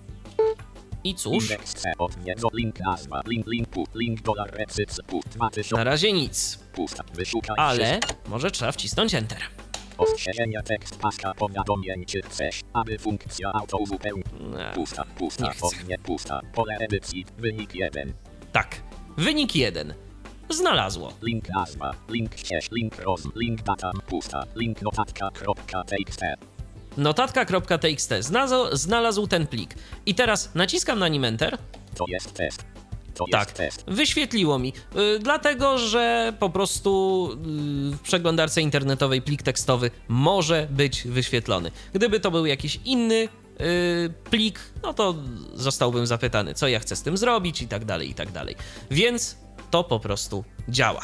I cóż, Indeks C, odwiedzo, link nazwa, link, linku, link dolar, recyc, pust, dwa tysiące. na razie nic. Pusta, wyszukaj Ale wszystko. może trzeba wcisnąć Enter. Ostrzeżenie tekst, paska powiadomień, czy chcesz, aby funkcja auto uzupełnić. Nie, Pusta, nie pusta, chcę. odnie, pusta, pole edycji, wynik jeden. Tak, wynik jeden. Znalazło. Link nazwa, link ścież, link roz, link data, pusta, link notatka.txt. Notatka.txt. Znalazł, znalazł ten plik. I teraz naciskam na nim Enter. To jest test. To Tak, jest test. wyświetliło mi, yy, dlatego że po prostu yy, w przeglądarce internetowej plik tekstowy może być wyświetlony. Gdyby to był jakiś inny yy, plik, no to zostałbym zapytany, co ja chcę z tym zrobić i tak dalej, i tak dalej. Więc to po prostu działa.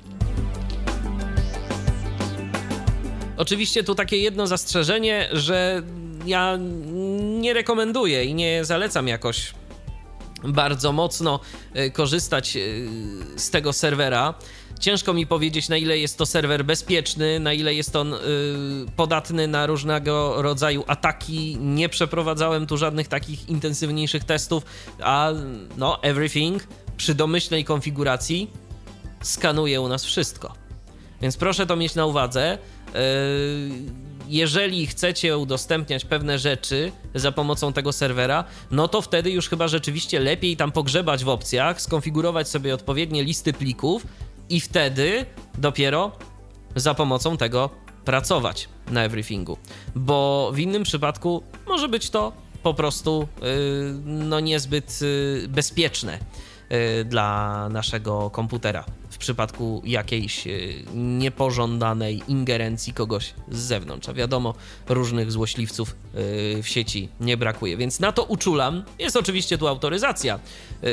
Oczywiście tu takie jedno zastrzeżenie, że ja nie rekomenduję i nie zalecam jakoś bardzo mocno korzystać z tego serwera. Ciężko mi powiedzieć, na ile jest to serwer bezpieczny, na ile jest on y, podatny na różnego rodzaju ataki. Nie przeprowadzałem tu żadnych takich intensywniejszych testów, a no, Everything przy domyślnej konfiguracji skanuje u nas wszystko. Więc proszę to mieć na uwadze. Y, jeżeli chcecie udostępniać pewne rzeczy za pomocą tego serwera, no to wtedy już chyba rzeczywiście lepiej tam pogrzebać w opcjach, skonfigurować sobie odpowiednie listy plików i wtedy dopiero za pomocą tego pracować na Everythingu. Bo w innym przypadku może być to po prostu yy, no niezbyt yy, bezpieczne yy, dla naszego komputera w przypadku jakiejś yy, niepożądanej ingerencji kogoś z zewnątrz. A wiadomo, różnych złośliwców yy, w sieci nie brakuje, więc na to uczulam. Jest oczywiście tu autoryzacja. Yy,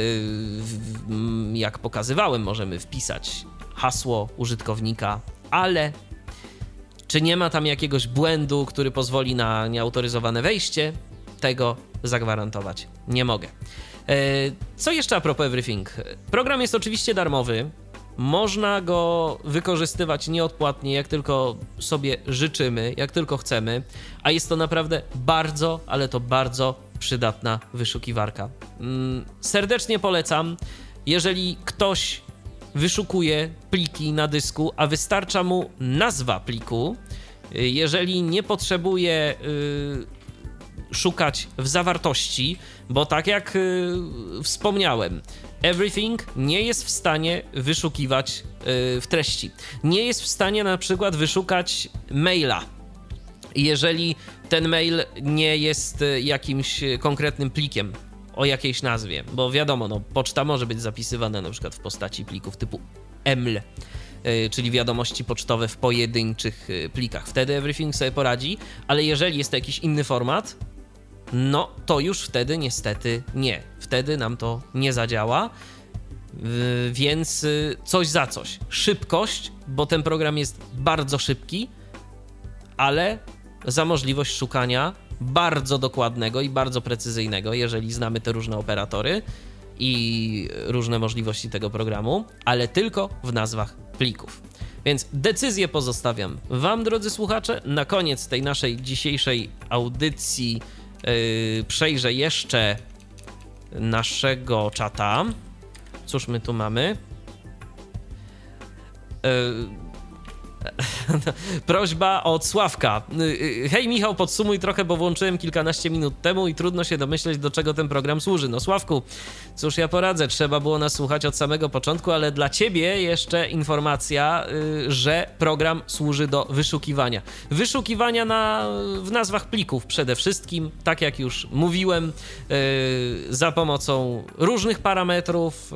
jak pokazywałem, możemy wpisać hasło użytkownika, ale czy nie ma tam jakiegoś błędu, który pozwoli na nieautoryzowane wejście? Tego zagwarantować nie mogę. Co jeszcze a propos Everything? Program jest oczywiście darmowy. Można go wykorzystywać nieodpłatnie, jak tylko sobie życzymy, jak tylko chcemy, a jest to naprawdę bardzo, ale to bardzo przydatna wyszukiwarka. Serdecznie polecam. Jeżeli ktoś wyszukuje pliki na dysku, a wystarcza mu nazwa pliku, jeżeli nie potrzebuje yy, szukać w zawartości, bo tak jak yy, wspomniałem, Everything nie jest w stanie wyszukiwać yy, w treści. Nie jest w stanie na przykład wyszukać maila, jeżeli ten mail nie jest jakimś konkretnym plikiem o jakiejś nazwie, bo wiadomo, no, poczta może być zapisywana na przykład w postaci plików typu E M L, yy, czyli wiadomości pocztowe w pojedynczych yy, plikach. Wtedy Everything sobie poradzi, ale jeżeli jest to jakiś inny format, no to już wtedy niestety nie. Wtedy nam to nie zadziała, yy, więc yy, coś za coś. Szybkość, bo ten program jest bardzo szybki, ale za możliwość szukania bardzo dokładnego i bardzo precyzyjnego, jeżeli znamy te różne operatory i różne możliwości tego programu, ale tylko w nazwach plików. Więc decyzję pozostawiam wam, drodzy słuchacze. Na koniec tej naszej dzisiejszej audycji yy, przejrzę jeszcze naszego czata. Cóż my tu mamy? Yy, Prośba od Sławka. Hej Michał, podsumuj trochę, bo włączyłem kilkanaście minut temu i trudno się domyśleć, do czego ten program służy. No Sławku, cóż ja poradzę, trzeba było nas słuchać od samego początku, ale dla ciebie jeszcze informacja, że program służy do wyszukiwania. Wyszukiwania na, w nazwach plików przede wszystkim, tak jak już mówiłem, za pomocą różnych parametrów,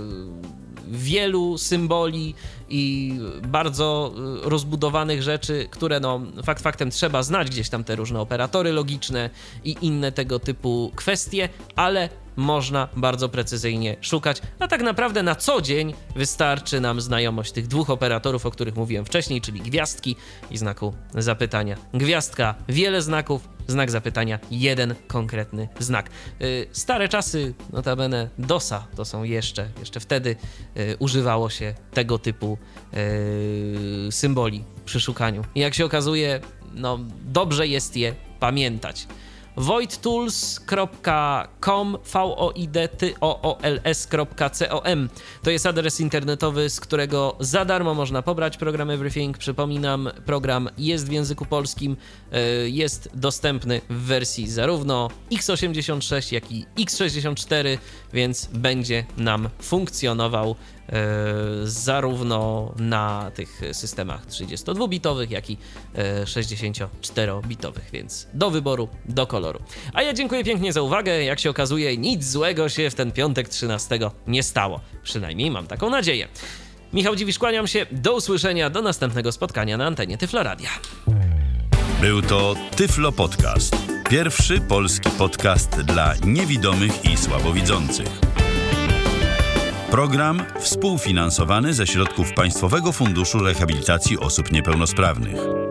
wielu symboli i bardzo rozbudowanych rzeczy, które no fakt faktem trzeba znać, gdzieś tam te różne operatory logiczne i inne tego typu kwestie, ale można bardzo precyzyjnie szukać, a tak naprawdę na co dzień wystarczy nam znajomość tych dwóch operatorów, o których mówiłem wcześniej, czyli gwiazdki i znaku zapytania. Gwiazdka, wiele znaków, znak zapytania, jeden konkretny znak. Yy, stare czasy, notabene DOSa, to są jeszcze, jeszcze wtedy yy, używało się tego typu yy, symboli przy szukaniu. I jak się okazuje, no dobrze jest je pamiętać. voidtools kropka com, v o i d t o o l s kropka com. To jest adres internetowy, z którego za darmo można pobrać program Everything. Przypominam, program jest w języku polskim, jest dostępny w wersji zarówno iks osiemdziesiąt sześć, jak i iks sześćdziesiąt cztery, więc będzie nam funkcjonował zarówno na tych systemach trzydziestodwubitowych, jak i sześćdziesięcioczterobitowych, więc do wyboru, do koloru. A ja dziękuję pięknie za uwagę. Jak się okazuje, nic złego się w ten piątek trzynastego nie stało. Przynajmniej mam taką nadzieję. Michał Dziwisz, kłaniam się. Do usłyszenia, do następnego spotkania na antenie Tyflo Radia. Był to Tyflo Podcast. Pierwszy polski podcast dla niewidomych i słabowidzących. Program współfinansowany ze środków Państwowego Funduszu Rehabilitacji Osób Niepełnosprawnych.